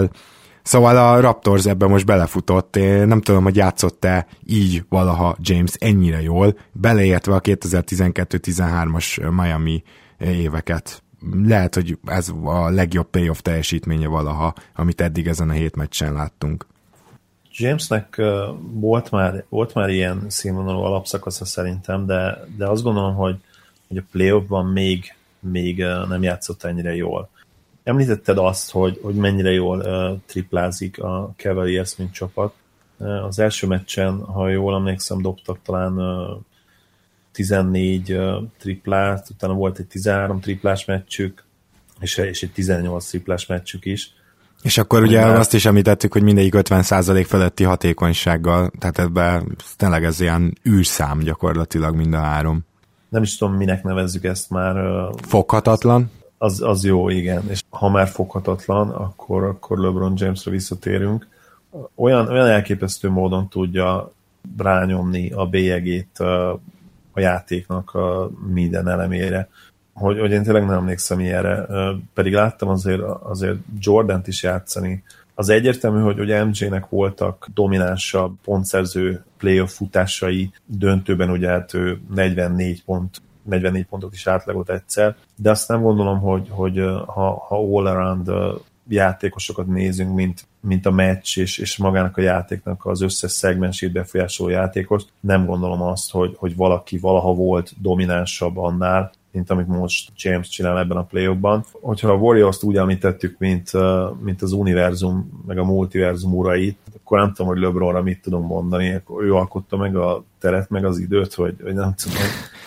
Speaker 1: Szóval a Raptors ebben most belefutott, én nem tudom, hogy játszott-e így valaha James ennyire jól, beleértve a 2012-13-as Miami éveket. Lehet, hogy ez a legjobb playoff teljesítménye valaha, amit eddig ezen a 7 meccsen láttunk.
Speaker 2: Jamesnek volt már ilyen színvonalú alapszakasza szerintem, de azt gondolom, hogy a playoffban még nem játszott ennyire jól. Említetted azt, hogy mennyire jól triplázik a Cavaliers, mint csapat. Az első meccsen, ha jól emlékszem, dobtak talán 14 triplát, utána volt egy 13 triplás meccsük, és egy 18 triplás meccsük is. És akkor ugye azt is említettük, hogy mindegyik 50% feletti hatékonysággal, tehát ebben tényleg ez ilyen űrszám gyakorlatilag mind a 3. Nem is tudom, minek nevezzük ezt már. Foghatatlan? Az jó, igen. És ha már foghatatlan, akkor LeBron Jamesre visszatérünk. Olyan elképesztő módon tudja rányomni a bélyegét a játéknak a minden elemére, hogy én tényleg nem emlékszem ilyenre. Pedig láttam azért Jordant is játszani. Az egyértelmű, hogy MJ-nek voltak dominánsabb pontszerző playoff futásai, döntőben ugye hát ő 44 pontot is átlagolt egyszer, de azt nem gondolom, hogy ha all-around játékosokat nézünk, mint a meccs és magának a játéknak az összes szegmensét befolyásoló játékos, nem gondolom azt, hogy valaki valaha volt dominánsabb annál, mint amit most James csinál ebben a play-offban. Hogyha a Warriors-t úgy említettük, mint az univerzum, meg a multiverzum urait, akkor nem tudom, hogy LeBronra mit tudunk mondani, akkor ő alkotta meg a teret, meg az időt, vagy nem tudom.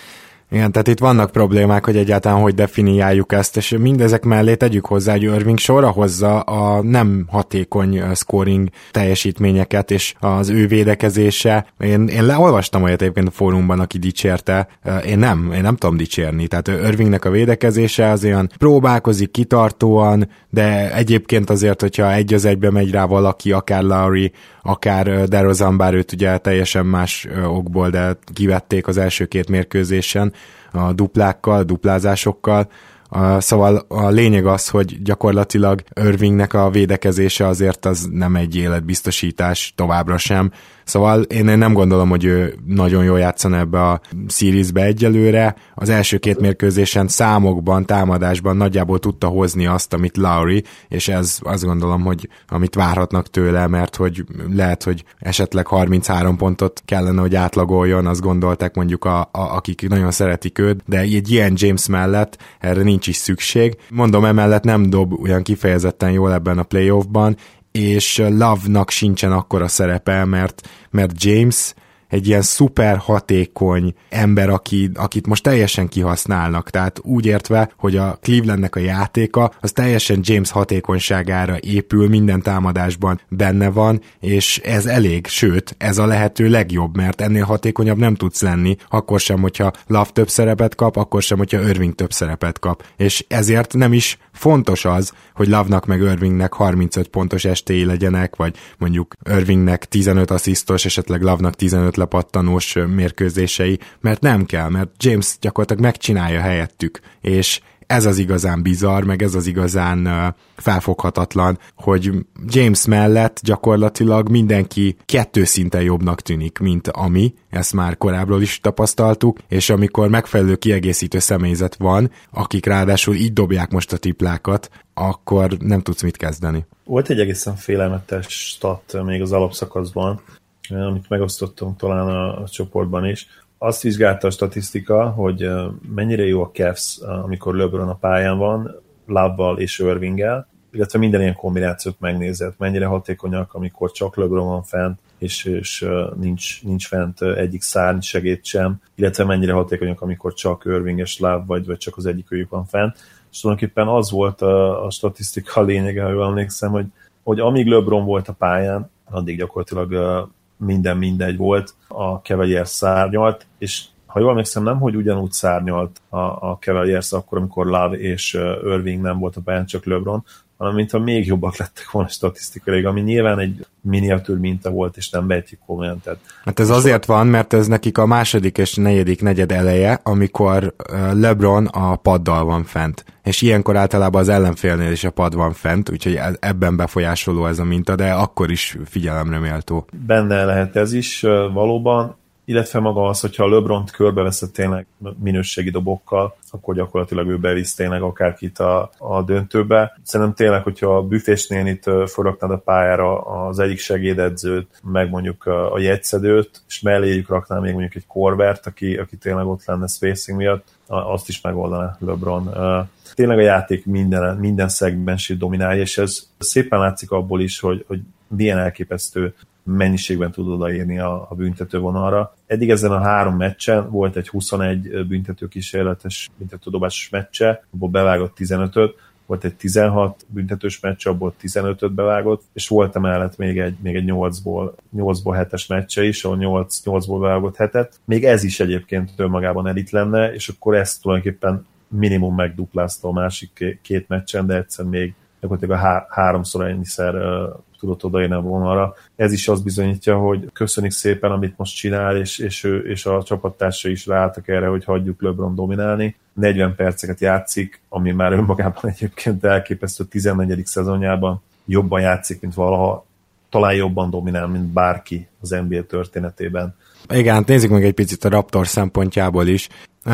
Speaker 1: Igen, tehát itt vannak problémák, hogy egyáltalán hogy definiáljuk ezt, és mindezek mellé tegyük hozzá, hogy Irving sorra hozza a nem hatékony scoring teljesítményeket, és az ő védekezése. Én leolvastam olyat egyébként a fórumban, aki dicsérte, én nem tudom dicsérni, tehát Irvingnek a védekezése az olyan próbálkozik kitartóan, de egyébként azért, hogyha egy az egybe megy rá valaki, akár Lowry, akár DeRozan, bár őt ugye teljesen más okból, de kivették az első 2 mérkőzésen a duplázásokkal. Szóval a lényeg az, hogy gyakorlatilag Irvingnek a védekezése azért az nem egy életbiztosítás továbbra sem. Szóval én nem gondolom, hogy ő nagyon jól játszana ebbe a seriesbe egyelőre. Az első 2 mérkőzésen számokban, támadásban nagyjából tudta hozni azt, amit Lowry, és ez azt gondolom, hogy amit várhatnak tőle, mert hogy lehet, hogy esetleg 33 pontot kellene, hogy átlagoljon, azt gondolták mondjuk akik nagyon szeretik őt, de egy ilyen James mellett erre nincs is szükség. Mondom, emellett nem dob olyan kifejezetten jól ebben a playoffban, és Love-nak sincsen akkora szerepe, mert James egy ilyen szuper hatékony ember, akit most teljesen kihasználnak, tehát úgy értve, hogy a Clevelandnek a játéka az teljesen James hatékonyságára épül, minden támadásban benne van, és ez elég, sőt, ez a lehető legjobb, mert ennél hatékonyabb nem tudsz lenni, akkor sem, hogyha Love több szerepet kap, akkor sem, hogyha Irving több szerepet kap, és ezért nem is fontos az, hogy Love-nak meg Irvingnek 35 pontos estély legyenek, vagy mondjuk Irvingnek 15 asszisztos, esetleg Love-nak 15 lepattanós mérkőzései, mert nem kell, mert James gyakorlatilag megcsinálja helyettük, és ez az igazán bizarr, meg ez az igazán felfoghatatlan, hogy James mellett gyakorlatilag mindenki 2 szinten jobbnak tűnik, mint ami, ezt már korábbról is tapasztaltuk, és amikor megfelelő kiegészítő személyzet van, akik ráadásul így dobják most a triplákat, akkor nem tudsz mit kezdeni.
Speaker 2: Volt egy egészen félelmetes stat még az alapszakaszban, amit megosztottunk talán a csoportban is. Azt vizsgálta a statisztika, hogy mennyire jó a Cavs, amikor LeBron a pályán van, Love-val és Irvinggel, illetve minden ilyen kombinációt megnézett, mennyire hatékonyak, amikor csak LeBron van fent, és nincs fent egyik szárny segéd sem, illetve mennyire hatékonyak, amikor csak Irving és Love, vagy csak az egyik őjük van fent. És tulajdonképpen az volt a statisztika lényege, ha jól emlékszem, hogy amíg LeBron volt a pályán, addig gyakorlatilag minden mindegy volt, a Cavaliers szárnyalt, és ha jól emlékszem, nem, hogy ugyanúgy szárnyalt a Cavaliers akkor, amikor Love és Irving nem volt a pályán, csak LeBron, hanem mintha még jobbak lettek volna statisztikailag, ami nyilván egy miniatűr minta volt, és nem vehetjük komolyan.
Speaker 1: Hát ez azért van, mert ez nekik a második és negyedik negyed eleje, amikor LeBron a paddal van fent. És ilyenkor általában az ellenfélnél is a pad van fent, úgyhogy ebben befolyásoló ez a minta, de akkor is figyelemre méltó.
Speaker 2: Benne lehet ez is valóban, illetve maga az, hogyha a LeBront körbeveszed tényleg minőségi dobokkal, akkor gyakorlatilag ő bevisz tényleg akárkit a döntőbe. Szerintem tényleg, hogyha a büfésnél itt felraknád a pályára az egyik segédedzőt, meg mondjuk a jegyszedőt, és melléjük raknál még mondjuk egy Korvert, aki tényleg ott lenne spacing miatt, azt is megoldaná LeBron. Tényleg a játék minden szegmensét dominálja, és ez szépen látszik abból is, hogy milyen elképesztő mennyiségben tud odaérni a büntetővonalra. Eddig ezen a 3 meccsen volt egy 21 büntetőkísérletes büntetődobásos meccse, abból bevágott 15-öt, volt egy 16 büntetős meccs, abból 15-öt bevágott, és volt emellett még egy 8-ból 7-es meccse is, ahol 8-ból bevágott 7-et. Még ez is egyébként önmagában elit lenne, és akkor ezt tulajdonképpen minimum megduplázta a másik 2 meccsen, de egyszer még gyakorlatilag a 3-szor ennyiszer tudott odaérni a vonalra. Ez is azt bizonyítja, hogy köszönik szépen, amit most csinál, és a csapattársai is ráálltak erre, hogy hagyjuk LeBron dominálni. 40 perceket játszik, ami már önmagában egyébként elképesztő 14. szezonjában jobban játszik, mint valaha, talán jobban dominál, mint bárki az NBA történetében.
Speaker 1: Igen, nézzük meg egy picit a Raptors szempontjából is.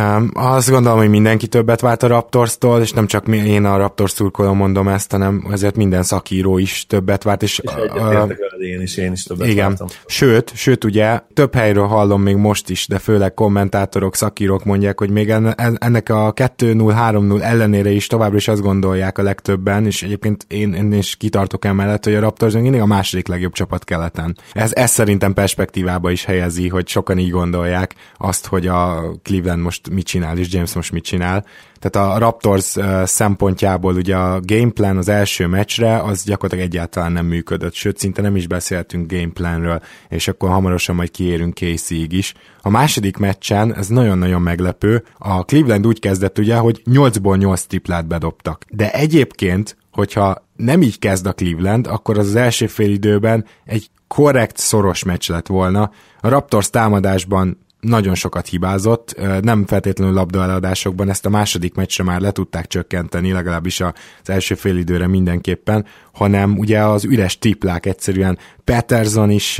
Speaker 1: Azt gondolom, hogy mindenki többet várt a Raptorstól, és nem csak én a Raptors szurkoló mondom ezt, hanem ezért minden szakíró is többet várt, és
Speaker 2: én is többet vártam.
Speaker 1: Sőt, ugye több helyről hallom még most is, de főleg kommentátorok, szakírók mondják, hogy még ennek a 2-0-3-0 ellenére is továbbra is azt gondolják a legtöbben, és egyébként én is kitartok emellett, hogy a Raptors mindig a második legjobb csapat keleten. Ez szerintem perspektívába is helyezi, hogy sokan így gondolják azt, hogy a Cleveland most mit csinál, és James most mit csinál. Tehát a Raptors szempontjából ugye a gameplan az első meccsre az gyakorlatilag egyáltalán nem működött, sőt szinte nem is beszéltünk gameplanről, és akkor hamarosan majd kiérünk KC-ig is. A második meccsen, ez nagyon-nagyon meglepő, a Cleveland úgy kezdett ugye, hogy 8-ból 8 triplát bedobtak. De egyébként, hogyha nem így kezd a Cleveland, akkor az első félidőben egy korrekt, szoros meccs lett volna. A Raptors támadásban nagyon sokat hibázott, nem feltétlenül labdaeladásokban, ezt a második meccsre már le tudták csökkenteni, legalábbis az első félidőre mindenképpen, hanem ugye az üres triplák egyszerűen Patterson is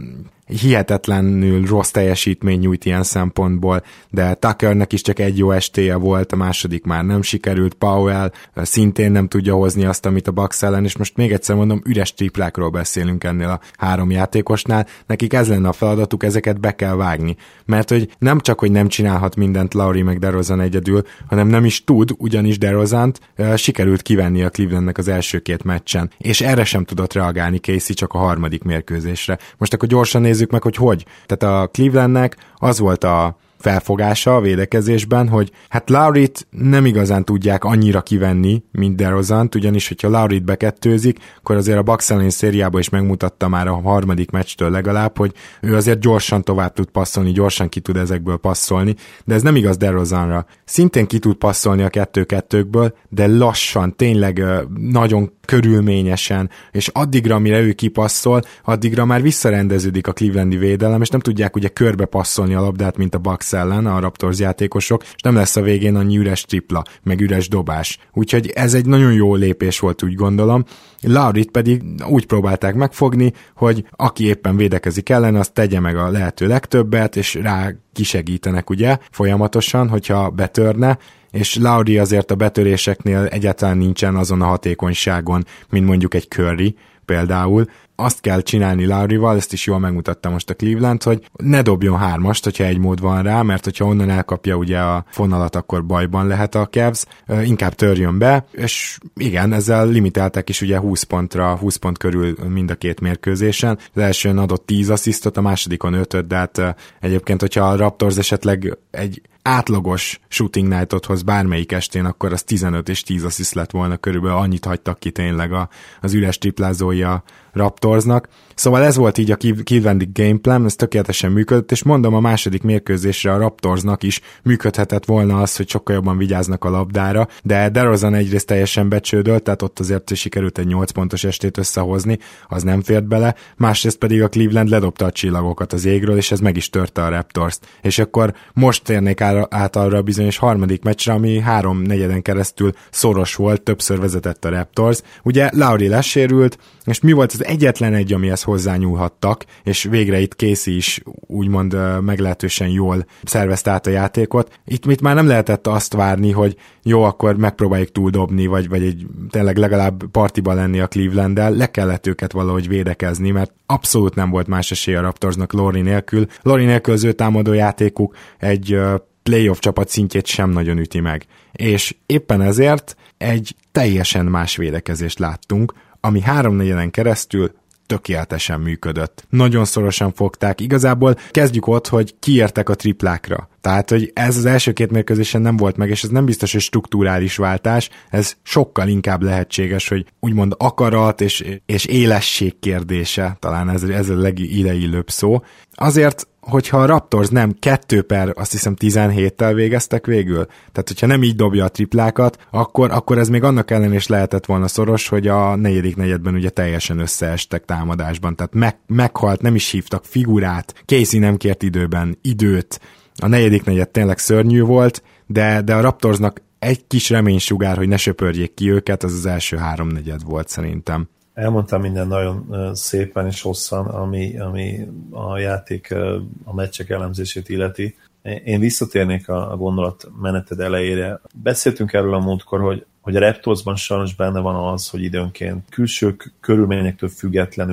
Speaker 1: hihetetlenül rossz teljesítmény nyújt ilyen szempontból, de Tuckernek is csak egy jó estéje volt, a második már nem sikerült, Powell szintén nem tudja hozni azt, amit a Bucks ellen, és most még egyszer mondom, üres triplákról beszélünk ennél a három játékosnál, nekik ez lenne a feladatuk, ezeket be kell vágni, mert hogy nem csak, hogy nem csinálhat mindent Lowry meg DeRozan egyedül, hanem nem is tud, ugyanis DeRozant sikerült kivenni a Clevelandnek az első két meccsen, és erre sem tudott reagálni Casey csak a harmadik mérkőzésre. Most akkor gyorsan nézzük meg, hogy. Tehát a Clevelandnek az volt a felfogása a védekezésben, hogy hát Lowryt nem igazán tudják annyira kivenni, mint DeRozant, ugyanis hogyha Lowryt bekettőzik, akkor azért a Bucks elleni szériában is megmutatta már a harmadik meccstől legalább, hogy ő azért gyorsan tovább tud passzolni, gyorsan ki tud ezekből passzolni, de ez nem igaz DeRozanra. Szintén ki tud passzolni a 2-2-ből, de lassan, tényleg nagyon körülményesen, és addigra, amire ő kipasszol, addigra már visszarendeződik a clevelandi védelem, és nem tudják ugye körbe passzolni a labdát, mint a Bucks ellen, a Raptors játékosok, és nem lesz a végén annyi üres tripla, meg üres dobás. Úgyhogy ez egy nagyon jó lépés volt, úgy gondolom. Lowryt pedig úgy próbálták megfogni, hogy aki éppen védekezik ellen, azt tegye meg a lehető legtöbbet, és rá kisegítenek ugye folyamatosan, hogyha betörne, és Lowry azért a betöréseknél egyáltalán nincsen azon a hatékonyságon, mint mondjuk egy Curry például. Azt kell csinálni Lowryval, ezt is jól megmutatta most a Cleveland, hogy ne dobjon hármast, hogyha egy mód van rá, mert hogyha onnan elkapja ugye a fonalat, akkor bajban lehet a Cavs, inkább törjön be, és igen, ezzel limitálták is ugye 20 pont körül mind a két mérkőzésen. Az elsőn adott 10 asszisztot, a másodikon 5-öt, de hát egyébként, hogyha a Raptors esetleg egy átlagos shooting night-ot hoz bármelyik estén, akkor az 15 és 10 assziszt lett volna körülbelül, annyit hagytak ki tényleg az üres triplázói a Raptorsnak. Szóval ez volt így a Clevelandi gameplan, ez tökéletesen működött, és mondom, a második mérkőzésre a Raptorsnak is működhetett volna az, hogy sokkal jobban vigyáznak a labdára, de DeRozan egyrészt teljesen becsődölt, tehát ott azért sikerült egy 8 pontos estét összehozni, az nem fért bele, másrészt pedig a Cleveland ledobta a csillagokat az égről, és ez meg is törte a Raptors-t. És akkor most térnék át arra a bizonyos harmadik meccsre, ami 3-4 keresztül szoros volt, többször vezetett a Raptors. Ugye Lowry lesérült, és mi volt az egyetlen egy, amihez hozzányúlhattak, és végre itt Casey is úgymond meglehetősen jól szervezte át a játékot. Itt már nem lehetett azt várni, hogy jó, akkor megpróbáljuk túldobni, vagy egy tényleg legalább partiba lenni a Clevelanddel, le kellett őket valahogy védekezni, mert abszolút nem volt más esély a Raptorsnak Lowry nélkül. Lowry nélkül az ő támadó játékuk egy playoff csapat szintjét sem nagyon üti meg. És éppen ezért egy teljesen más védekezést láttunk, ami 3-4 keresztül tökéletesen működött. Nagyon szorosan fogták. Igazából kezdjük ott, hogy kiértek a triplákra. Tehát, hogy ez az első két mérkőzésen nem volt meg, és ez nem biztos, hogy strukturális váltás, ez sokkal inkább lehetséges, hogy úgymond akarat és élesség kérdése, talán ez a legilleillőbb szó. Azért, hogyha a Raptors nem 2/17-tel végeztek végül, tehát hogyha nem így dobja a triplákat, akkor ez még annak ellen is lehetett volna szoros, hogy a negyedik negyedben ugye teljesen összeestek támadásban, tehát meghalt, nem is hívtak figurát, Casey nem kért időt, a negyedik negyed tényleg szörnyű volt, de a Raptorsnak egy kis reménysugár, hogy ne söpörjék ki őket, az első 3/4 volt szerintem.
Speaker 2: Elmondtam minden nagyon szépen és hosszan, ami a játék, a meccsek elemzését illeti. Én visszatérnék a gondolat meneted elejére. Beszéltünk erről a múltkor, hogy a Raptorsban sajnos benne van az, hogy időnként külső körülményektől függetlenül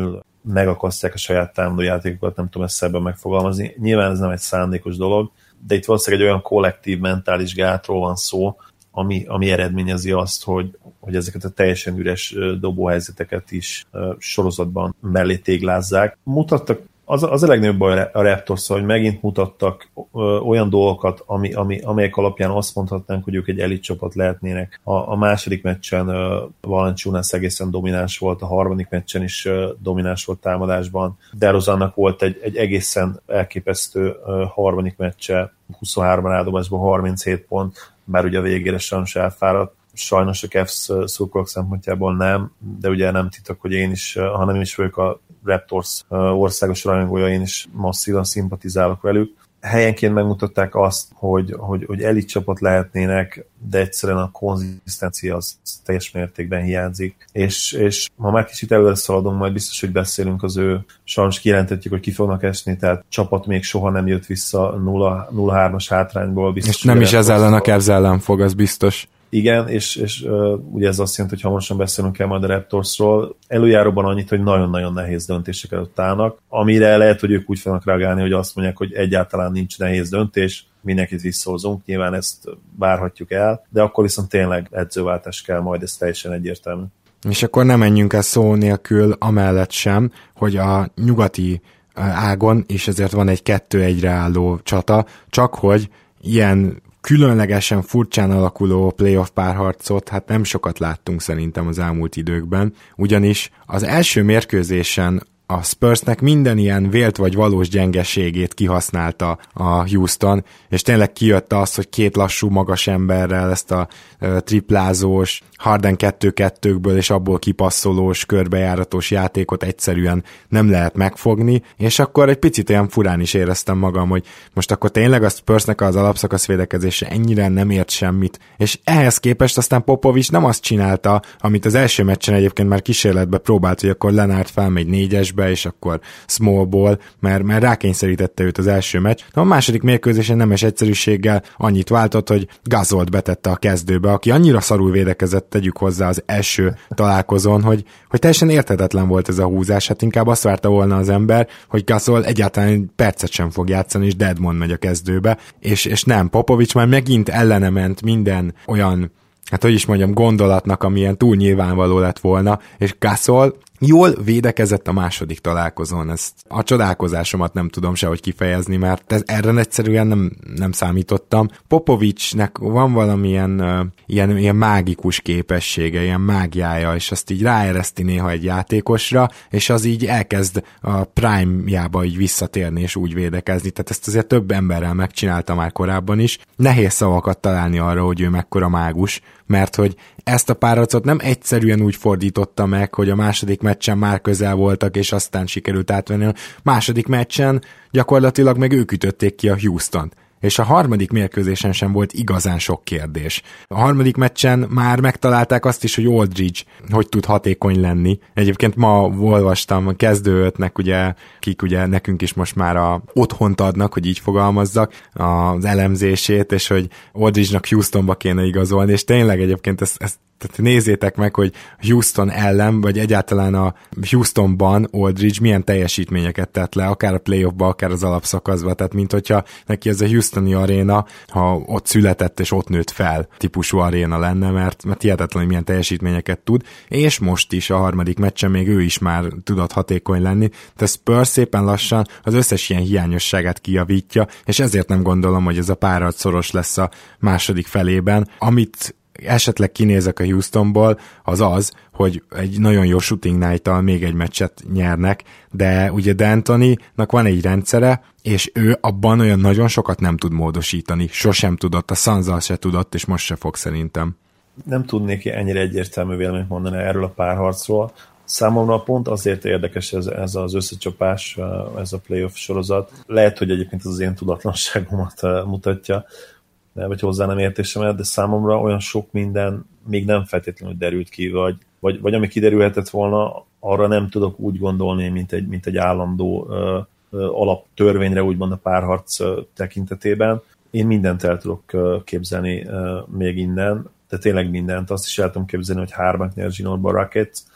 Speaker 2: megakasztják a saját támadójátékokat, nem tudom ezt szebben megfogalmazni. Nyilván ez nem egy szándékos dolog, de itt valószínűleg egy olyan kollektív mentális gátról van szó, ami eredményezi azt, hogy ezeket a teljesen üres dobóhelyzeteket is sorozatban mellé téglázzák. Mutattak, az a legnagyobb baj a Raptors, hogy megint mutattak olyan dolgokat, amelyek alapján azt mondhatnánk, hogy ők egy elit csapat lehetnének. A második meccsen Valanciunas egészen domináns volt, a harmadik meccsen is domináns volt támadásban. DeRozannak volt egy egészen elképesztő harmadik meccse, 23 rádobásban 37 pont, bár ugye a végére sajnos elfáradt. Sajnos a Cavs szurkolók szempontjából nem, de ugye nem titok, hogy én is, ha nem is vagyok a Raptors országos rajongója, én is masszívan szimpatizálok velük. Helyenként megmutatták azt, hogy elit csapat lehetnének, de egyszerűen a konzisztencia az teljes mértékben hiányzik. És ha már kicsit előre szaladunk, majd biztos, hogy beszélünk az ő, sajnos kijelentetjük, hogy ki fognak esni, tehát csapat még soha nem jött vissza 0-3-as hátrányból. Biztos,
Speaker 1: és nem is ez ellen a Cavs ellen fog, az biztos.
Speaker 2: Igen, és ugye ez azt jelenti, hogy hamarosan beszélünk el majd a Raptorsról. Előjáróban annyit, hogy nagyon-nagyon nehéz döntések előtt állnak, amire lehet, hogy ők úgy fognak reagálni, hogy azt mondják, hogy egyáltalán nincs nehéz döntés, mindenkit visszahozunk, nyilván ezt várhatjuk el, de akkor viszont tényleg edzőváltás kell majd, ez teljesen egyértelmű.
Speaker 1: És akkor nem menjünk el szó nélkül amellett sem, hogy a nyugati ágon is ezért van egy 2-1-re álló csata, csak hogy ilyen különlegesen furcsán alakuló playoff párharcot, hát nem sokat láttunk szerintem az elmúlt időkben, ugyanis az első mérkőzésen a Spursnek minden ilyen vélt vagy valós gyengeségét kihasználta a Houston, és tényleg kijött az, hogy két lassú magas emberrel ezt a triplázós, Harden 2-2-ből és abból kipasszolós, körbejáratos játékot egyszerűen nem lehet megfogni, és akkor egy picit olyan furán is éreztem magam, hogy most akkor tényleg a Spursnek az alapszakasz védekezése ennyire nem ért semmit, és ehhez képest aztán Popovics nem azt csinálta, amit az első meccsen egyébként már kísérletbe próbált, hogy akkor Leonard felmegy 4-esbe, és akkor small ball, mert rákényszerítette őt az első meccs. De a második mérkőzésen nemes egyszerűséggel annyit váltott, hogy Gasolt betette a kezdőbe, aki annyira szarul védekezett, tegyük hozzá az első találkozón, hogy teljesen érthetetlen volt ez a húzás, hát inkább azt várta volna az ember, hogy Gasol egyáltalán percet sem fog játszani, és Dedmon megy a kezdőbe, és nem, Popovics már megint ellene ment minden olyan, hát hogy is mondjam, gondolatnak, amilyen túl nyilvánvaló lett volna, és Gasol jól védekezett a második találkozón, ezt a csodálkozásomat nem tudom sehogy kifejezni, mert erre egyszerűen nem számítottam. Popovicsnek van valamilyen ilyen mágikus képessége, ilyen mágiája, és azt így ráereszti néha egy játékosra, és az így elkezd a prime-jába így visszatérni, és úgy védekezni. Tehát ezt azért több emberrel megcsinálta már korábban is. Nehéz szavakat találni arra, hogy ő mekkora mágus, mert hogy ezt a párharcot nem egyszerűen úgy fordította meg, hogy a második meccsen már közel voltak, és aztán sikerült átvenni. A második meccsen gyakorlatilag meg ők ütötték ki a Houstont. És a harmadik mérkőzésen sem volt igazán sok kérdés. A harmadik meccsen már megtalálták azt is, hogy Aldridge hogy tud hatékony lenni. Egyébként ma olvastam a kezdő ötnek, ugye, kik ugye nekünk is most már otthont adnak, hogy így fogalmazzak, az elemzését, és hogy Aldridge-nak Houstonba kéne igazolni, és tényleg egyébként ezt tehát nézzétek meg, hogy Houston ellen, vagy egyáltalán a Houstonban Aldridge milyen teljesítményeket tett le, akár a playoffba, akár az alapszakaszba, tehát mint hogyha neki ez a Houstoni aréna, ha ott született és ott nőtt fel típusú aréna lenne, mert hihetetlen, hogy milyen teljesítményeket tud, és most is a harmadik meccsen még ő is már tudott hatékony lenni, de Spurs szépen lassan az összes ilyen hiányosságát kijavítja, és ezért nem gondolom, hogy ez a párharc szoros lesz a második felében, amit esetleg kinézek a Houstonból, az, hogy egy nagyon jó shooting night-tal még egy meccset nyernek, de ugye D'Antoninak van egy rendszere, és ő abban olyan nagyon sokat nem tud módosítani. Sosem tudott, a Suns-zal se tudott, és most se fog szerintem.
Speaker 2: Nem tudnék ennyire egyértelmű véleményt mondani erről a párharcról. Számomra pont azért érdekes ez az összecsapás, ez a playoff sorozat. Lehet, hogy egyébként ez az én tudatlanságomat mutatja, vagy hozzá nem értésemet, de számomra olyan sok minden még nem feltétlenül derült ki, vagy ami kiderülhetett volna, arra nem tudok úgy gondolni, mint egy állandó alaptörvényre, úgymond a párharc tekintetében. Én mindent el tudok képzelni még innen, de tényleg mindent. Azt is el tudom képzelni, hogy 3-at nyer Zsinórban Rockets,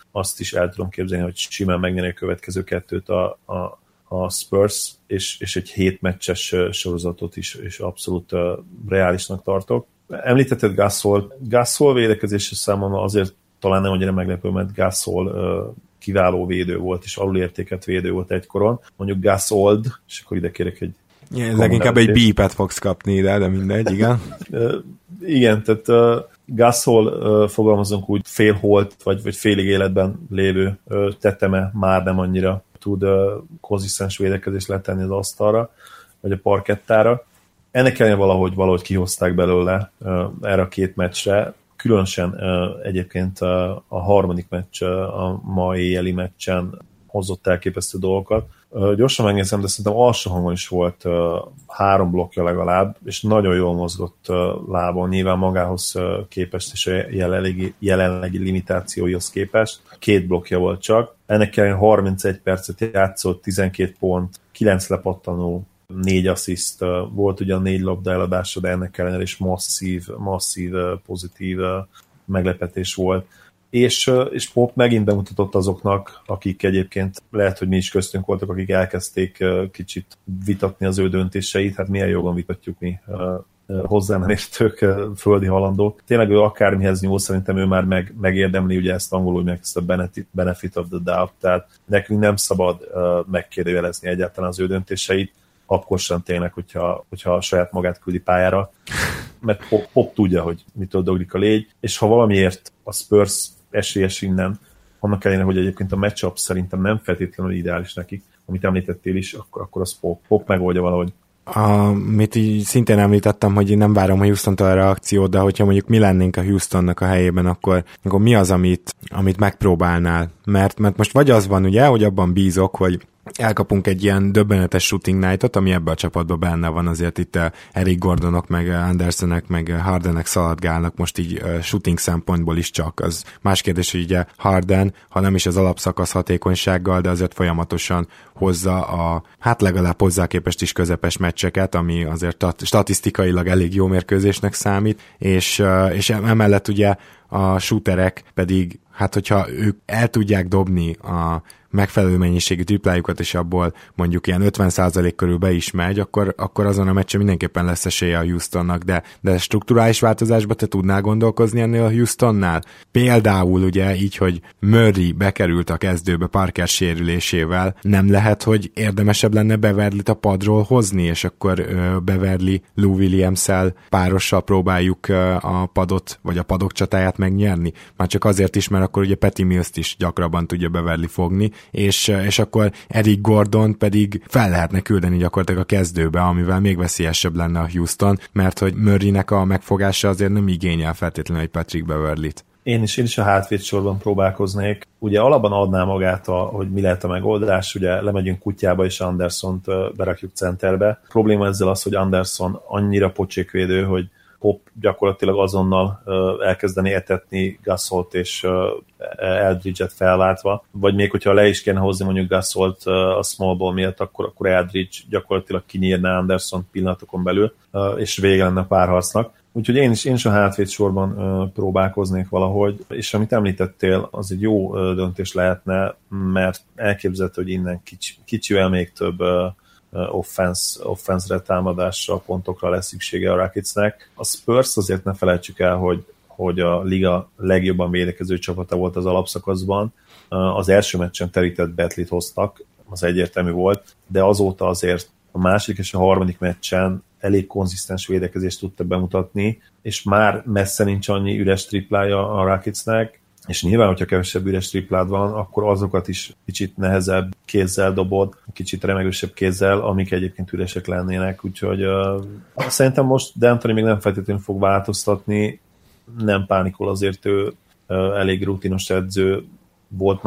Speaker 2: azt is el tudom képzelni, hogy simán megnyeri a következő 2-t a Spurs, és egy 7 meccses sorozatot is abszolút reálisnak tartok. Említetted Gasol védekezése számomra azért talán nem annyira meglepő, mert Gasol kiváló védő volt, és alulértéket védő volt egykoron. Mondjuk Gasold, és akkor ide kérek egy...
Speaker 1: Leginkább egy beepet fogsz kapni ide, de mindegy, igen.
Speaker 2: Igen, tehát Gasol, fogalmazunk úgy, félholt, vagy félig életben lévő teteme már nem annyira tud konzisztens védekezést letenni az asztalra, vagy a parkettára. Ennek ellenére valahogy kihozták belőle erre a 2 meccsre. Különösen egyébként a harmadik meccs, a ma éjjeli meccsen hozott elképesztő dolgokat. Gyorsan megnézem, de szerintem alsó hangon is volt 3 blokkja legalább, és nagyon jól mozgott lábon, nyilván magához képest és a jelenlegi limitációihoz képest. 2 blokkja volt csak. Ennek ellenére 31 percet játszott, 12 pont, 9 lepattanó, 4 assziszt, volt ugyan 4 labda eladása, de ennek ellenére is masszív, pozitív meglepetés volt. És Pop megint bemutatott azoknak, akik egyébként lehet, hogy mi is köztünk voltak, akik elkezdték kicsit vitatni az ő döntéseit, hát milyen jogon vitatjuk mi hozzá nem értők, földi halandók. Tényleg ő akármihez nyúl, szerintem ő már megérdemli, ugye ezt angolul meg ezt a benefit of the doubt, tehát nekünk nem szabad megkérdőjelezni egyáltalán az ő döntéseit, akkor sem tényleg, hogyha a saját magát küldi pályára, mert Pop tudja, hogy mitől doglik a légy, és ha valamiért a Spurs esélyes innen, annak ellenére, hogy egyébként a matchup szerintem nem feltétlenül ideális nekik, amit említettél is, akkor az Pop megoldja valahogy.
Speaker 1: Amit így szintén említettem, hogy én nem várom a Houstontól a reakciót, de hogyha mondjuk mi lennénk a Houstonnak a helyében, akkor mi az, amit megpróbálnál? Mert most vagy az van, ugye, hogy abban bízok, hogy elkapunk egy ilyen döbbenetes shooting nightot, ami ebben a csapatban benne van, azért itt Eric Gordonok, meg Andersonek, meg Hardenek szaladgálnak most így shooting szempontból is csak. Az más kérdés, hogy ugye Harden, ha nem is az alapszakasz hatékonysággal, de azért folyamatosan hozza hát legalább hozzá képest is közepes meccseket, ami azért statisztikailag elég jó mérkőzésnek számít, és emellett ugye a shooterek pedig, hát hogyha ők el tudják dobni a megfelelő mennyiségű triplájukat, és abból mondjuk ilyen 50% körül be is megy, akkor azon a meccsen mindenképpen lesz esélye a Houstonnak, de strukturális változásba te tudnál gondolkozni ennél a Houstonnál? Például ugye így, hogy Murray bekerült a kezdőbe Parker sérülésével, nem lehet, hogy érdemesebb lenne Beverlyt a padról hozni, és akkor Beverly Lou Williams-szel párossal próbáljuk a padot, vagy a padok csatáját megnyerni? Már csak azért is, mert akkor ugye Patty Mills-t is gyakrabban tudja Beverly fogni, és akkor Eric Gordon pedig fel lehetne küldeni gyakorlatilag a kezdőbe, amivel még veszélyesebb lenne a Houston, mert hogy Murraynek a megfogása azért nem igényel feltétlenül egy Patrick Beverlyt.
Speaker 2: Én is a hátvédsorban próbálkoznék. Ugye alapban adná magát, hogy mi lehet a megoldás, ugye lemegyünk kutyába és Andersont berakjuk centerbe. A probléma ezzel az, hogy Anderson annyira pocsékvédő, hogy Pop gyakorlatilag azonnal elkezdeni etetni Gasolt és Eldridge-et felváltva, vagy még hogyha le is kéne hozni mondjuk Gasolt a small ball miatt, akkor Eldridge gyakorlatilag kinyírná Anderson pillanatokon belül, és vége lenne a párharcnak. Úgyhogy én is a hátvéd sorban próbálkoznék valahogy, és amit említettél, az egy jó döntés lehetne, mert elképzelhető, hogy innen kicsivel még több offense-re, támadásra, pontokra lesz szüksége a Rocketsnek. A Spurs azért ne felejtsük el, hogy a liga legjobban védekező csapata volt az alapszakaszban. Az első meccsen terített Betlit hoztak, az egyértelmű volt, de azóta azért a második és a harmadik meccsen elég konzisztens védekezést tudta bemutatni, és már messze nincs annyi üres triplája a Rocketsnek, és nyilván, hogyha kevesebb üres triplád van, akkor azokat is kicsit nehezebb kézzel dobod, kicsit remegősebb kézzel, amik egyébként üresek lennének, úgyhogy szerintem most D'Antoni még nem feltétlenül fog változtatni, nem pánikol, azért ő elég rutinos edző, volt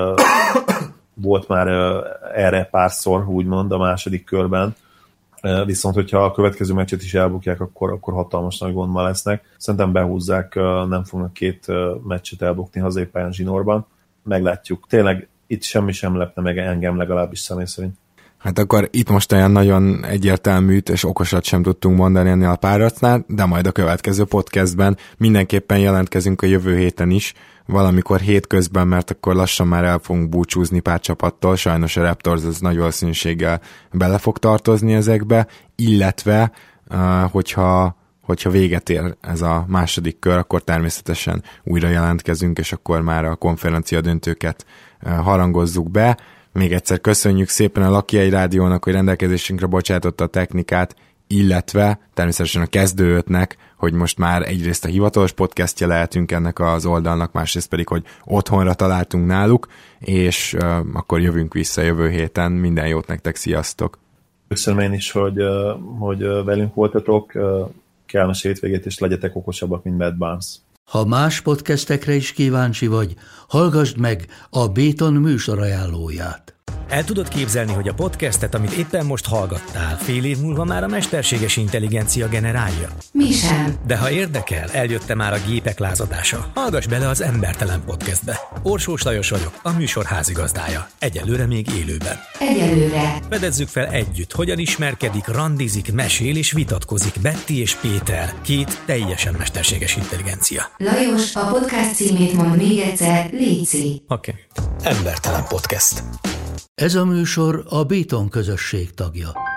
Speaker 2: már erre párszor, úgymond a második körben, viszont hogyha a következő meccset is elbukják, akkor hatalmas nagy gondban lesznek. Szerintem behúzzák, nem fognak 2 meccset elbukni hazai pályán zsinórban. Meglátjuk. Tényleg itt semmi sem lepne meg engem, legalábbis személy szerint.
Speaker 1: Hát akkor itt most olyan nagyon egyértelműt és okosat sem tudtunk mondani ennél a párharcnál, de majd a következő podcastben mindenképpen jelentkezünk a jövő héten is, valamikor hétközben, mert akkor lassan már el fogunk búcsúzni pár csapattól, sajnos a Raptors az nagy valószínűséggel bele fog tartozni ezekbe, illetve hogyha véget ér ez a második kör, akkor természetesen újra jelentkezünk, és akkor már a konferencia döntőket harangozzuk be. Még egyszer köszönjük szépen a Lakiai Rádiónak, hogy rendelkezésünkre bocsátotta a technikát, illetve természetesen a Kezdő 5-nek, hogy most már egyrészt a hivatalos podcastja lehetünk ennek az oldalnak, másrészt pedig, hogy otthonra találtunk náluk, és akkor jövünk vissza jövő héten. Minden jót nektek, sziasztok!
Speaker 2: Köszönöm én is, hogy velünk voltatok, kellemes hétvégét, és legyetek okosabbak, mint Matt Barnes.
Speaker 3: Ha más podcastekre is kíváncsi vagy, hallgassd meg a Béton műsor ajánlóját.
Speaker 4: El tudod képzelni, hogy a podcastet, amit éppen most hallgattál, fél év múlva már a mesterséges intelligencia generálja?
Speaker 5: Mi sem.
Speaker 4: De ha érdekel, eljött már a gépek lázadása. Hallgass bele az Embertelen Podcastbe. Orsós Lajos vagyok, a műsor házigazdája. Egyelőre még élőben.
Speaker 5: Egyelőre.
Speaker 4: Fedezzük fel együtt, hogyan ismerkedik, randizik, mesél és vitatkozik Betty és Péter, két teljesen mesterséges intelligencia.
Speaker 5: Lajos, a podcast címét mondd még egyszer, léci.
Speaker 4: Oké. Embertelen Podcast.
Speaker 3: Ez a műsor a Béton közösség tagja.